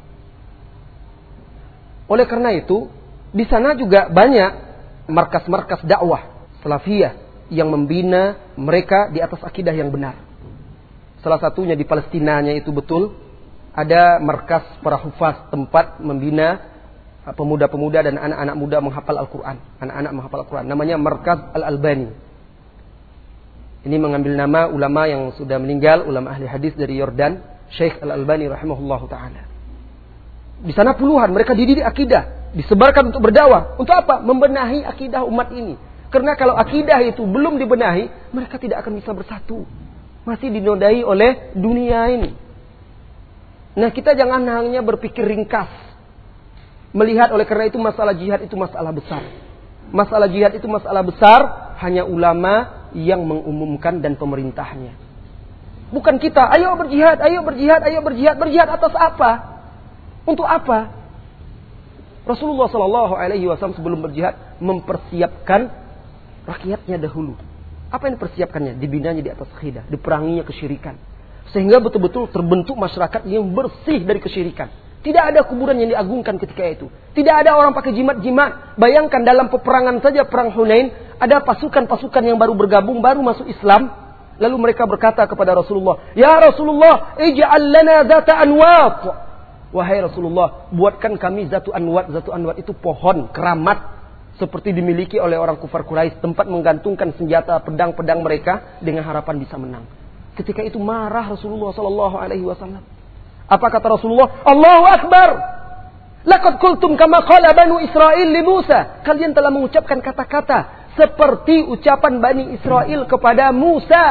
Oleh karena itu, di sana juga banyak markas-markas dakwah Salafiyah yang membina mereka di atas akidah yang benar. Salah satunya di Palestinanya itu betul, ada markas para hufaz, tempat membina pemuda-pemuda dan anak-anak muda menghafal Al-Quran. Anak-anak menghafal Al-Quran. Namanya Markas Al-Albani. Ini mengambil nama ulama yang sudah meninggal, ulama ahli hadis dari Yordan, Syekh Al-Albani rahimahullahu ta'ala. Di sana puluhan, mereka dididik akidah, disebarkan untuk berdakwah. Untuk apa? Membenahi akidah umat ini. Karena kalau akidah itu belum dibenahi, mereka tidak akan bisa bersatu. Masih dinodai oleh dunia ini. Nah, kita jangan hanya berpikir ringkas. Melihat oleh karena itu masalah jihad itu masalah besar. Masalah jihad itu masalah besar, hanya ulama yang mengumumkan dan pemerintahnya. Bukan kita, ayo berjihad, ayo berjihad, ayo berjihad. Berjihad atas apa? Untuk apa? Rasulullah SAW sebelum berjihad mempersiapkan rakyatnya dahulu. Apa yang dipersiapkannya? Dibinanya di atas akidah, diperanginya kesyirikan. Sehingga betul-betul terbentuk masyarakat yang bersih dari kesyirikan. Tidak ada kuburan yang diagungkan ketika itu. Tidak ada orang pakai jimat-jimat. Bayangkan dalam peperangan saja, perang Hunain, ada pasukan-pasukan yang baru bergabung, baru masuk Islam. Lalu mereka berkata kepada Rasulullah, "Ya Rasulullah, ij'al lana zata anwat." Wahai Rasulullah, buatkan kami zatu anwat. Zatu anwat itu pohon keramat seperti dimiliki oleh orang kufar Quraisy, tempat menggantungkan senjata pedang-pedang mereka dengan harapan bisa menang. Ketika itu marah Rasulullah SAW. Apa kata Rasulullah? Allahu Akbar. Laqad qultum kama qala Banu Israil li Musa. Kalian telah mengucapkan kata-kata seperti ucapan Bani Israel kepada Musa.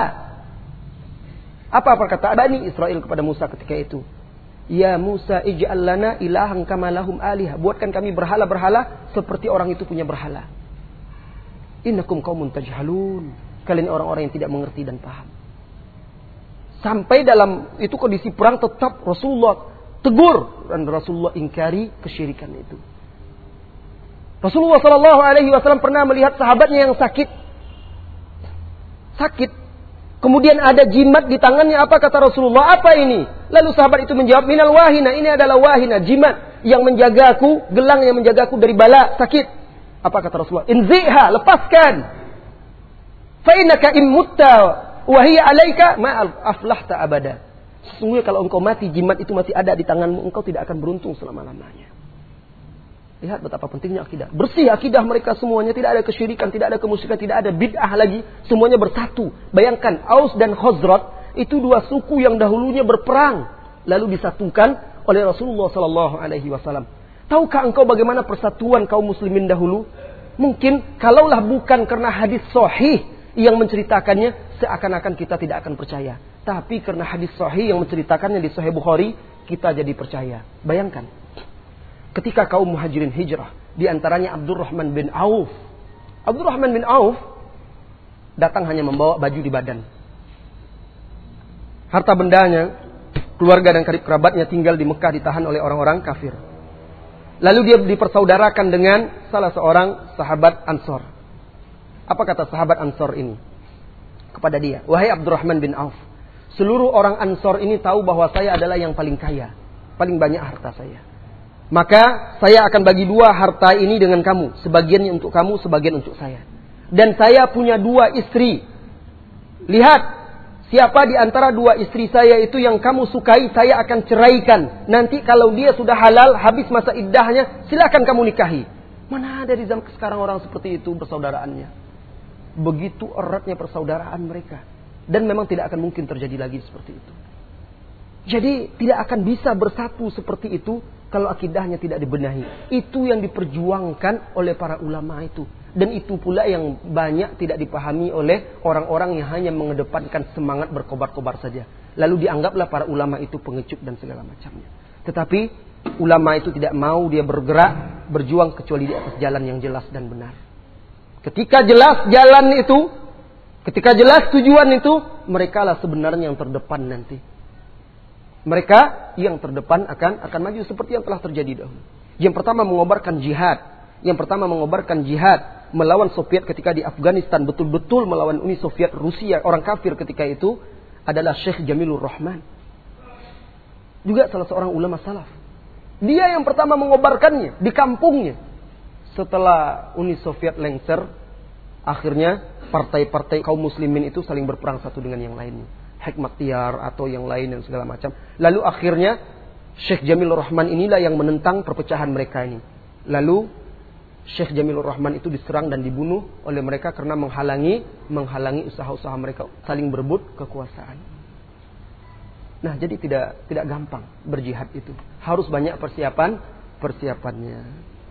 Apa perkataan Bani Israel kepada Musa ketika itu? Ya Musa, ij'al lana ilahan kama lahum alihah. Buatkan kami berhala-berhala seperti orang itu punya berhala. Innakum qaumun tajhalun. Kalian orang-orang yang tidak mengerti dan paham. Sampai dalam itu kondisi perang tetap Rasulullah tegur dan Rasulullah ingkari kesyirikan itu. Rasulullah SAW pernah melihat sahabatnya yang sakit. Kemudian ada jimat di tangannya. Apa kata Rasulullah? Apa ini? Lalu sahabat itu menjawab, minal wahina. Ini adalah wahina, jimat yang menjagaku, gelang yang menjagaku dari bala, sakit. Apa kata Rasulullah? Inzi'ha, lepaskan. Fa innaka immutta wa hiya 'alaika ma aflahta abada. Sesungguhnya kalau engkau mati, jimat itu masih ada di tanganmu, engkau tidak akan beruntung selama-lamanya. Lihat betapa pentingnya akidah. Bersih akidah mereka semuanya. Tidak ada kesyirikan, tidak ada kemusyrikan, tidak ada bid'ah lagi. Semuanya bersatu. Bayangkan, Aus dan Khazraj itu dua suku yang dahulunya berperang. Lalu disatukan oleh Rasulullah SAW. Tahukah engkau bagaimana persatuan kaum muslimin dahulu? Mungkin kalaulah bukan karena hadis sahih yang menceritakannya, seakan-akan kita tidak akan percaya. Tapi karena hadis sahih yang menceritakannya di Sahih Bukhari, kita jadi percaya. Bayangkan. Ketika kaum muhajirin hijrah, di antaranya Abdurrahman bin Auf. Abdurrahman bin Auf datang hanya membawa baju di badan. Harta bendanya, keluarga dan karib kerabatnya tinggal di Mekah ditahan oleh orang-orang kafir. Lalu dia dipersaudarakan dengan salah seorang sahabat Ansor. Apa kata sahabat Ansor ini kepada dia? Wahai Abdurrahman bin Auf, seluruh orang Ansor ini tahu bahwa saya adalah yang paling kaya, paling banyak harta saya. Maka saya akan bagi dua harta ini dengan kamu. Sebagiannya untuk kamu, sebagian untuk saya. Dan saya punya dua istri. Lihat, siapa di antara dua istri saya itu yang kamu sukai, saya akan ceraikan. Nanti kalau dia sudah halal, habis masa iddahnya, silakan kamu nikahi. Mana ada di zaman sekarang orang seperti itu persaudaraannya. Begitu eratnya persaudaraan mereka. Dan memang tidak akan mungkin terjadi lagi seperti itu. Jadi tidak akan bisa bersatu seperti itu kalau akidahnya tidak dibenahi. Itu yang diperjuangkan oleh para ulama itu. Dan itu pula yang banyak tidak dipahami oleh orang-orang yang hanya mengedepankan semangat berkobar-kobar saja. Lalu dianggaplah para ulama itu pengecut dan segala macamnya. Tetapi ulama itu tidak mau dia bergerak, berjuang kecuali di atas jalan yang jelas dan benar. Ketika jelas jalan itu, ketika jelas tujuan itu, merekalah sebenarnya yang terdepan nanti. Mereka yang terdepan akan maju seperti yang telah terjadi dahulu. Yang pertama mengobarkan jihad. Yang pertama mengobarkan jihad melawan Soviet ketika di Afghanistan, betul-betul melawan Uni Soviet, Rusia, orang kafir ketika itu adalah Syekh Jamilur Rahman. Juga salah seorang ulama salaf. Dia yang pertama mengobarkannya di kampungnya. Setelah Uni Soviet lengser, akhirnya partai-partai kaum muslimin itu saling berperang satu dengan yang lainnya. Hikmatyar atau yang lain dan segala macam. Lalu akhirnya Syekh Jamilur Rahman inilah yang menentang perpecahan mereka ini. Lalu Syekh Jamilur Rahman itu diserang dan dibunuh oleh mereka karena menghalangi usaha-usaha mereka saling berebut kekuasaan. Nah, jadi tidak gampang berjihad itu. Harus banyak persiapannya.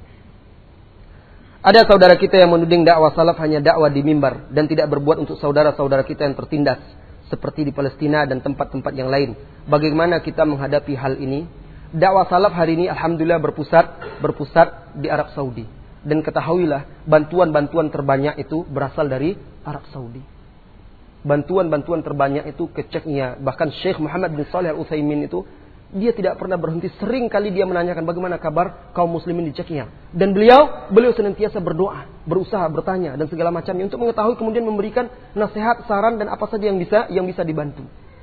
Ada saudara kita yang menuding dakwah salaf hanya dakwah di mimbar dan tidak berbuat untuk saudara-saudara kita yang tertindas seperti di Palestina dan tempat-tempat yang lain. Bagaimana kita menghadapi hal ini? Dakwah salaf hari ini alhamdulillah berpusat di Arab Saudi. Dan ketahuilah bantuan-bantuan terbanyak itu berasal dari Arab Saudi. Bantuan-bantuan terbanyak itu ke Chechnya. Bahkan Syekh Muhammad bin Shalih Al-Utsaimin itu, dia tidak pernah berhenti. Sering kali dia menanyakan bagaimana kabar kaum muslimin di Chechnya. Dan beliau senantiasa berdoa, berusaha bertanya dan segala macamnya untuk mengetahui, kemudian memberikan nasihat, saran dan apa saja yang bisa dibantu.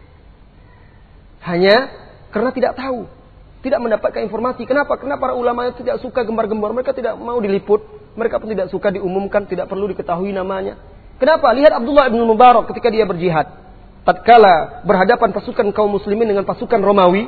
Hanya karena tidak tahu, tidak mendapatkan informasi. Kenapa? Karena para ulama tidak suka gembar-gembor. Mereka tidak mau diliput. Mereka pun tidak suka diumumkan, tidak perlu diketahui namanya. Kenapa? Lihat Abdullah bin Mubarak ketika dia berjihad. Tatkala berhadapan pasukan kaum muslimin dengan pasukan Romawi,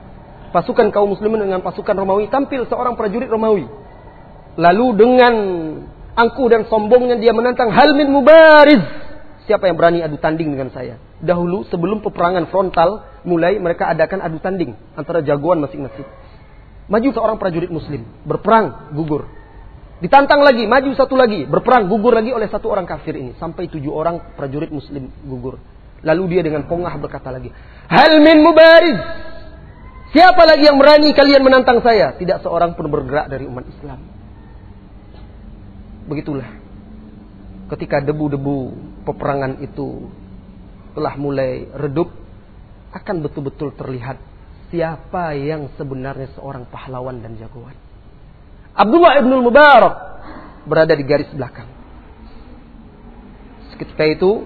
tampil seorang prajurit Romawi. Lalu dengan angkuh dan sombongnya dia menantang, hal min mubariz, siapa yang berani adu tanding dengan saya? Dahulu sebelum peperangan frontal mulai, mereka adakan adu tanding antara jagoan masing-masing. Maju seorang prajurit muslim, berperang, gugur. Ditantang lagi, maju satu lagi, berperang, gugur lagi oleh satu orang kafir ini. Sampai 7 orang prajurit muslim gugur. Lalu dia dengan pongah berkata lagi, hal min mubariz, siapa lagi yang berani kalian menantang saya? Tidak seorang pun bergerak dari umat Islam. Begitulah. Ketika debu-debu peperangan itu telah mulai redup, akan betul-betul terlihat siapa yang sebenarnya seorang pahlawan dan jagoan. Abdullah ibn Mubarak berada di garis belakang. Ketika itu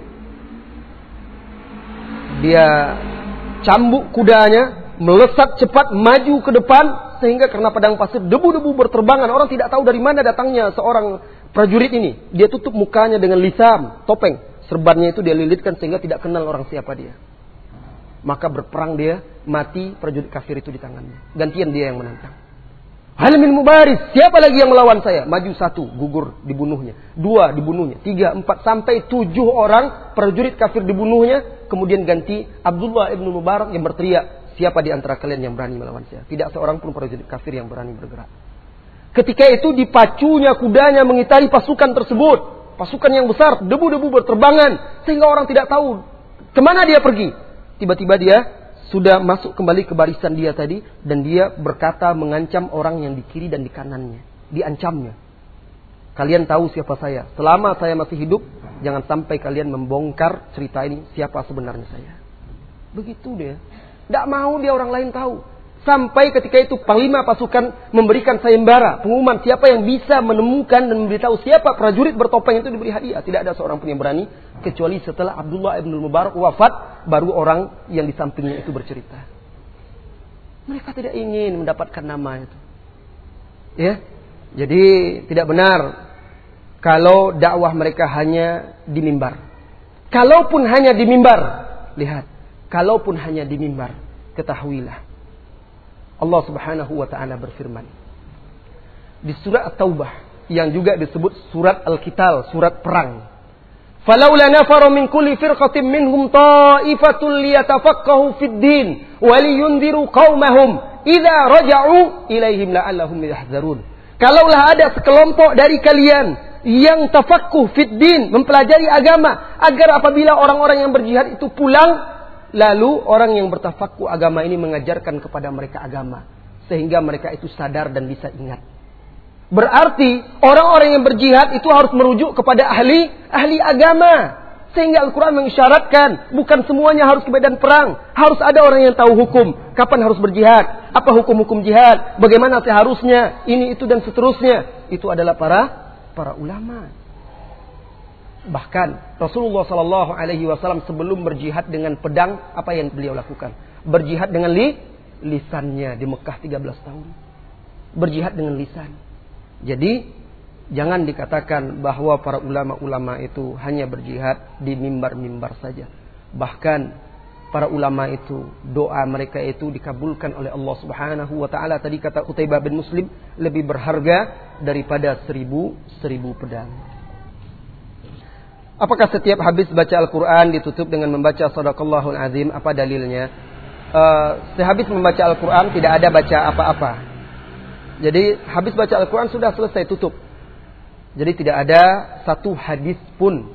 dia cambuk kudanya, melesat cepat maju ke depan, sehingga karena padang pasir debu-debu berterbangan, orang tidak tahu dari mana datangnya seorang prajurit ini. Dia tutup mukanya dengan lisam, topeng, serbannya itu dia lilitkan sehingga tidak kenal orang siapa dia. Maka berperang dia, mati prajurit kafir itu di tangannya. Gantian dia yang menantang. Hal min mubaris, siapa lagi yang melawan saya? Maju 1, gugur, dibunuhnya. 2, dibunuhnya. 3, 4, sampai 7 orang prajurit kafir dibunuhnya. Kemudian ganti Abdullah ibn Mubarak yang berteriak, siapa di antara kalian yang berani melawan saya? Tidak seorang pun prajurit kafir yang berani bergerak. Ketika itu dipacunya kudanya mengitari pasukan tersebut. Pasukan yang besar, debu-debu berterbangan, sehingga orang tidak tahu kemana dia pergi. Tiba-tiba dia sudah masuk kembali ke barisan dia tadi, dan dia berkata mengancam orang yang di kiri dan di kanannya. Diancamnya. Kalian tahu siapa saya. Selama saya masih hidup, jangan sampai kalian membongkar cerita ini, siapa sebenarnya saya. Begitu dia. Tidak mau dia orang lain tahu. Sampai ketika itu panglima pasukan memberikan sayembara, pengumuman siapa yang bisa menemukan dan memberitahu siapa prajurit bertopeng itu diberi hadiah. Tidak ada seorang pun yang berani, kecuali setelah Abdullah ibn Mubarak wafat, baru orang yang di sampingnya itu bercerita. Mereka tidak ingin mendapatkan nama itu. Ya, jadi tidak benar kalau dakwah mereka hanya di mimbar. Kalaupun hanya di mimbar, lihat, kalaupun hanya di mimbar, ketahuilah Allah Subhanahu wa taala berfirman di surah At-Taubah yang juga disebut surat Al-Qital, surat perang. Falaula nafaru min kulli firqatin minhum ta'ifatul liyatafaqahu fid din wa liyunziru qaumahum idza raja'u ilaihim la'allahum yahzarun. Kalaulah ada sekelompok dari kalian yang tafaqquh fid din, mempelajari agama, agar apabila orang-orang yang berjihad itu pulang, lalu orang yang bertafaqquh agama ini mengajarkan kepada mereka agama, sehingga mereka itu sadar dan bisa ingat. Berarti orang-orang yang berjihad itu harus merujuk kepada ahli agama. Sehingga Al-Quran mengisyaratkan bukan semuanya harus ke medan perang. Harus ada orang yang tahu hukum. Kapan harus berjihad? Apa hukum-hukum jihad? Bagaimana seharusnya? Ini, itu, dan seterusnya. Itu adalah para ulama. Bahkan Rasulullah SAW sebelum berjihad dengan pedang, apa yang beliau lakukan? Berjihad dengan lisannya di Mekah 13 tahun. Berjihad dengan lisan. Jadi jangan dikatakan bahwa para ulama-ulama itu hanya berjihad di mimbar-mimbar saja. Bahkan para ulama itu, doa mereka itu dikabulkan oleh Allah Subhanahu wa taala. Tadi kata Qutaibah bin Muslim, lebih berharga daripada 1000 pedang. Apakah setiap habis baca Al-Quran ditutup dengan membaca Sadaqallahul Azim? Apa dalilnya? Sehabis membaca Al-Quran tidak ada baca apa-apa. Jadi habis baca Al-Quran sudah selesai, tutup. Jadi tidak ada satu hadis pun,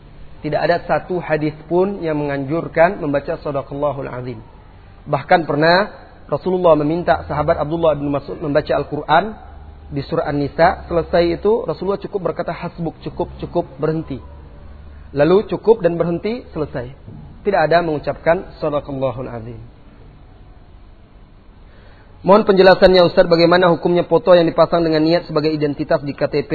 yang menganjurkan membaca Sadaqallahul Azim. Bahkan pernah Rasulullah meminta sahabat Abdullah bin Mas'ud membaca Al-Quran di surah An-Nisa. Selesai itu Rasulullah cukup berkata hasbuk, cukup, berhenti. Lalu cukup dan berhenti, selesai. Tidak ada mengucapkan Shadaqallahul Azim. Mohon penjelasannya Ustaz, bagaimana hukumnya foto yang dipasang dengan niat sebagai identitas di KTP,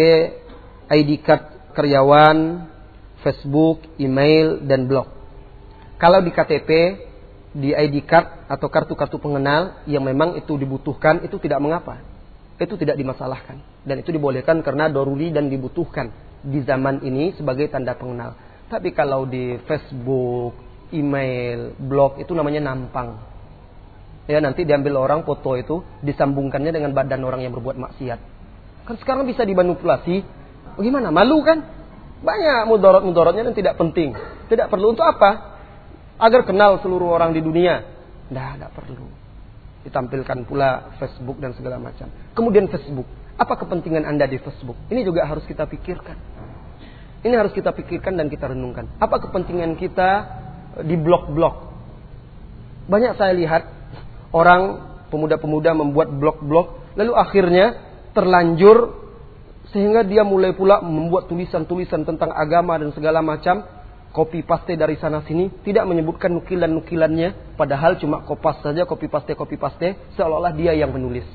ID card karyawan, Facebook, email, dan blog. Kalau di KTP, di ID card atau kartu-kartu pengenal yang memang itu dibutuhkan, itu tidak mengapa. Itu tidak dimasalahkan. Dan itu dibolehkan karena doruri dan dibutuhkan di zaman ini sebagai tanda pengenal. Tapi kalau di Facebook, email, blog, itu namanya nampang. Ya, nanti diambil orang foto itu, disambungkannya dengan badan orang yang berbuat maksiat. Kan sekarang bisa dimanipulasi. Bagaimana? Malu kan? Banyak mudarat-mudaratnya dan tidak penting. Tidak perlu. Untuk apa? Agar kenal seluruh orang di dunia. Tidak perlu. Ditampilkan pula Facebook dan segala macam. Kemudian Facebook. Apa kepentingan Anda di Facebook? Ini juga harus kita pikirkan. Ini harus kita pikirkan dan kita renungkan. Apa kepentingan kita di blog-blog? Banyak saya lihat orang, pemuda-pemuda membuat blog-blog. Lalu akhirnya terlanjur sehingga dia mulai pula membuat tulisan-tulisan tentang agama dan segala macam. Copy paste dari sana sini, tidak menyebutkan nukilan-nukilannya, padahal cuma kopas saja, copy paste, seolah-olah dia yang menulis.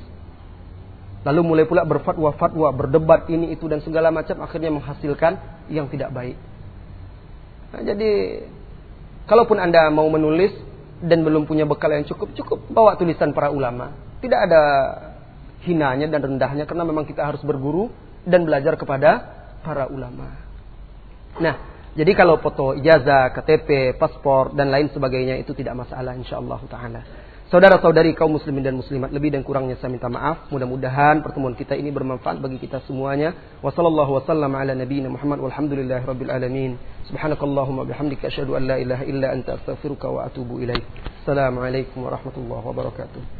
Lalu mulai pula berfatwa-fatwa, berdebat ini itu dan segala macam, akhirnya menghasilkan yang tidak baik. Nah, jadi kalaupun Anda mau menulis dan belum punya bekal yang cukup bawa tulisan para ulama. Tidak ada hinanya dan rendahnya, karena memang kita harus berguru dan belajar kepada para ulama. Nah, jadi kalau foto ijazah, KTP, paspor dan lain sebagainya itu tidak masalah insyaallah taala. Saudara-saudari kaum muslimin dan muslimat, lebih dan kurangnya saya minta maaf. Mudah-mudahan pertemuan kita ini bermanfaat bagi kita semuanya. Wassallallahu wasallam ala nabiyyina Muhammad walhamdulillahirabbil alamin. Subhanakallahumma bihamdika asyhadu an la ilaha illa anta astaghfiruka wa atubu ilaik. Assalamualaikum warahmatullahi wabarakatuh.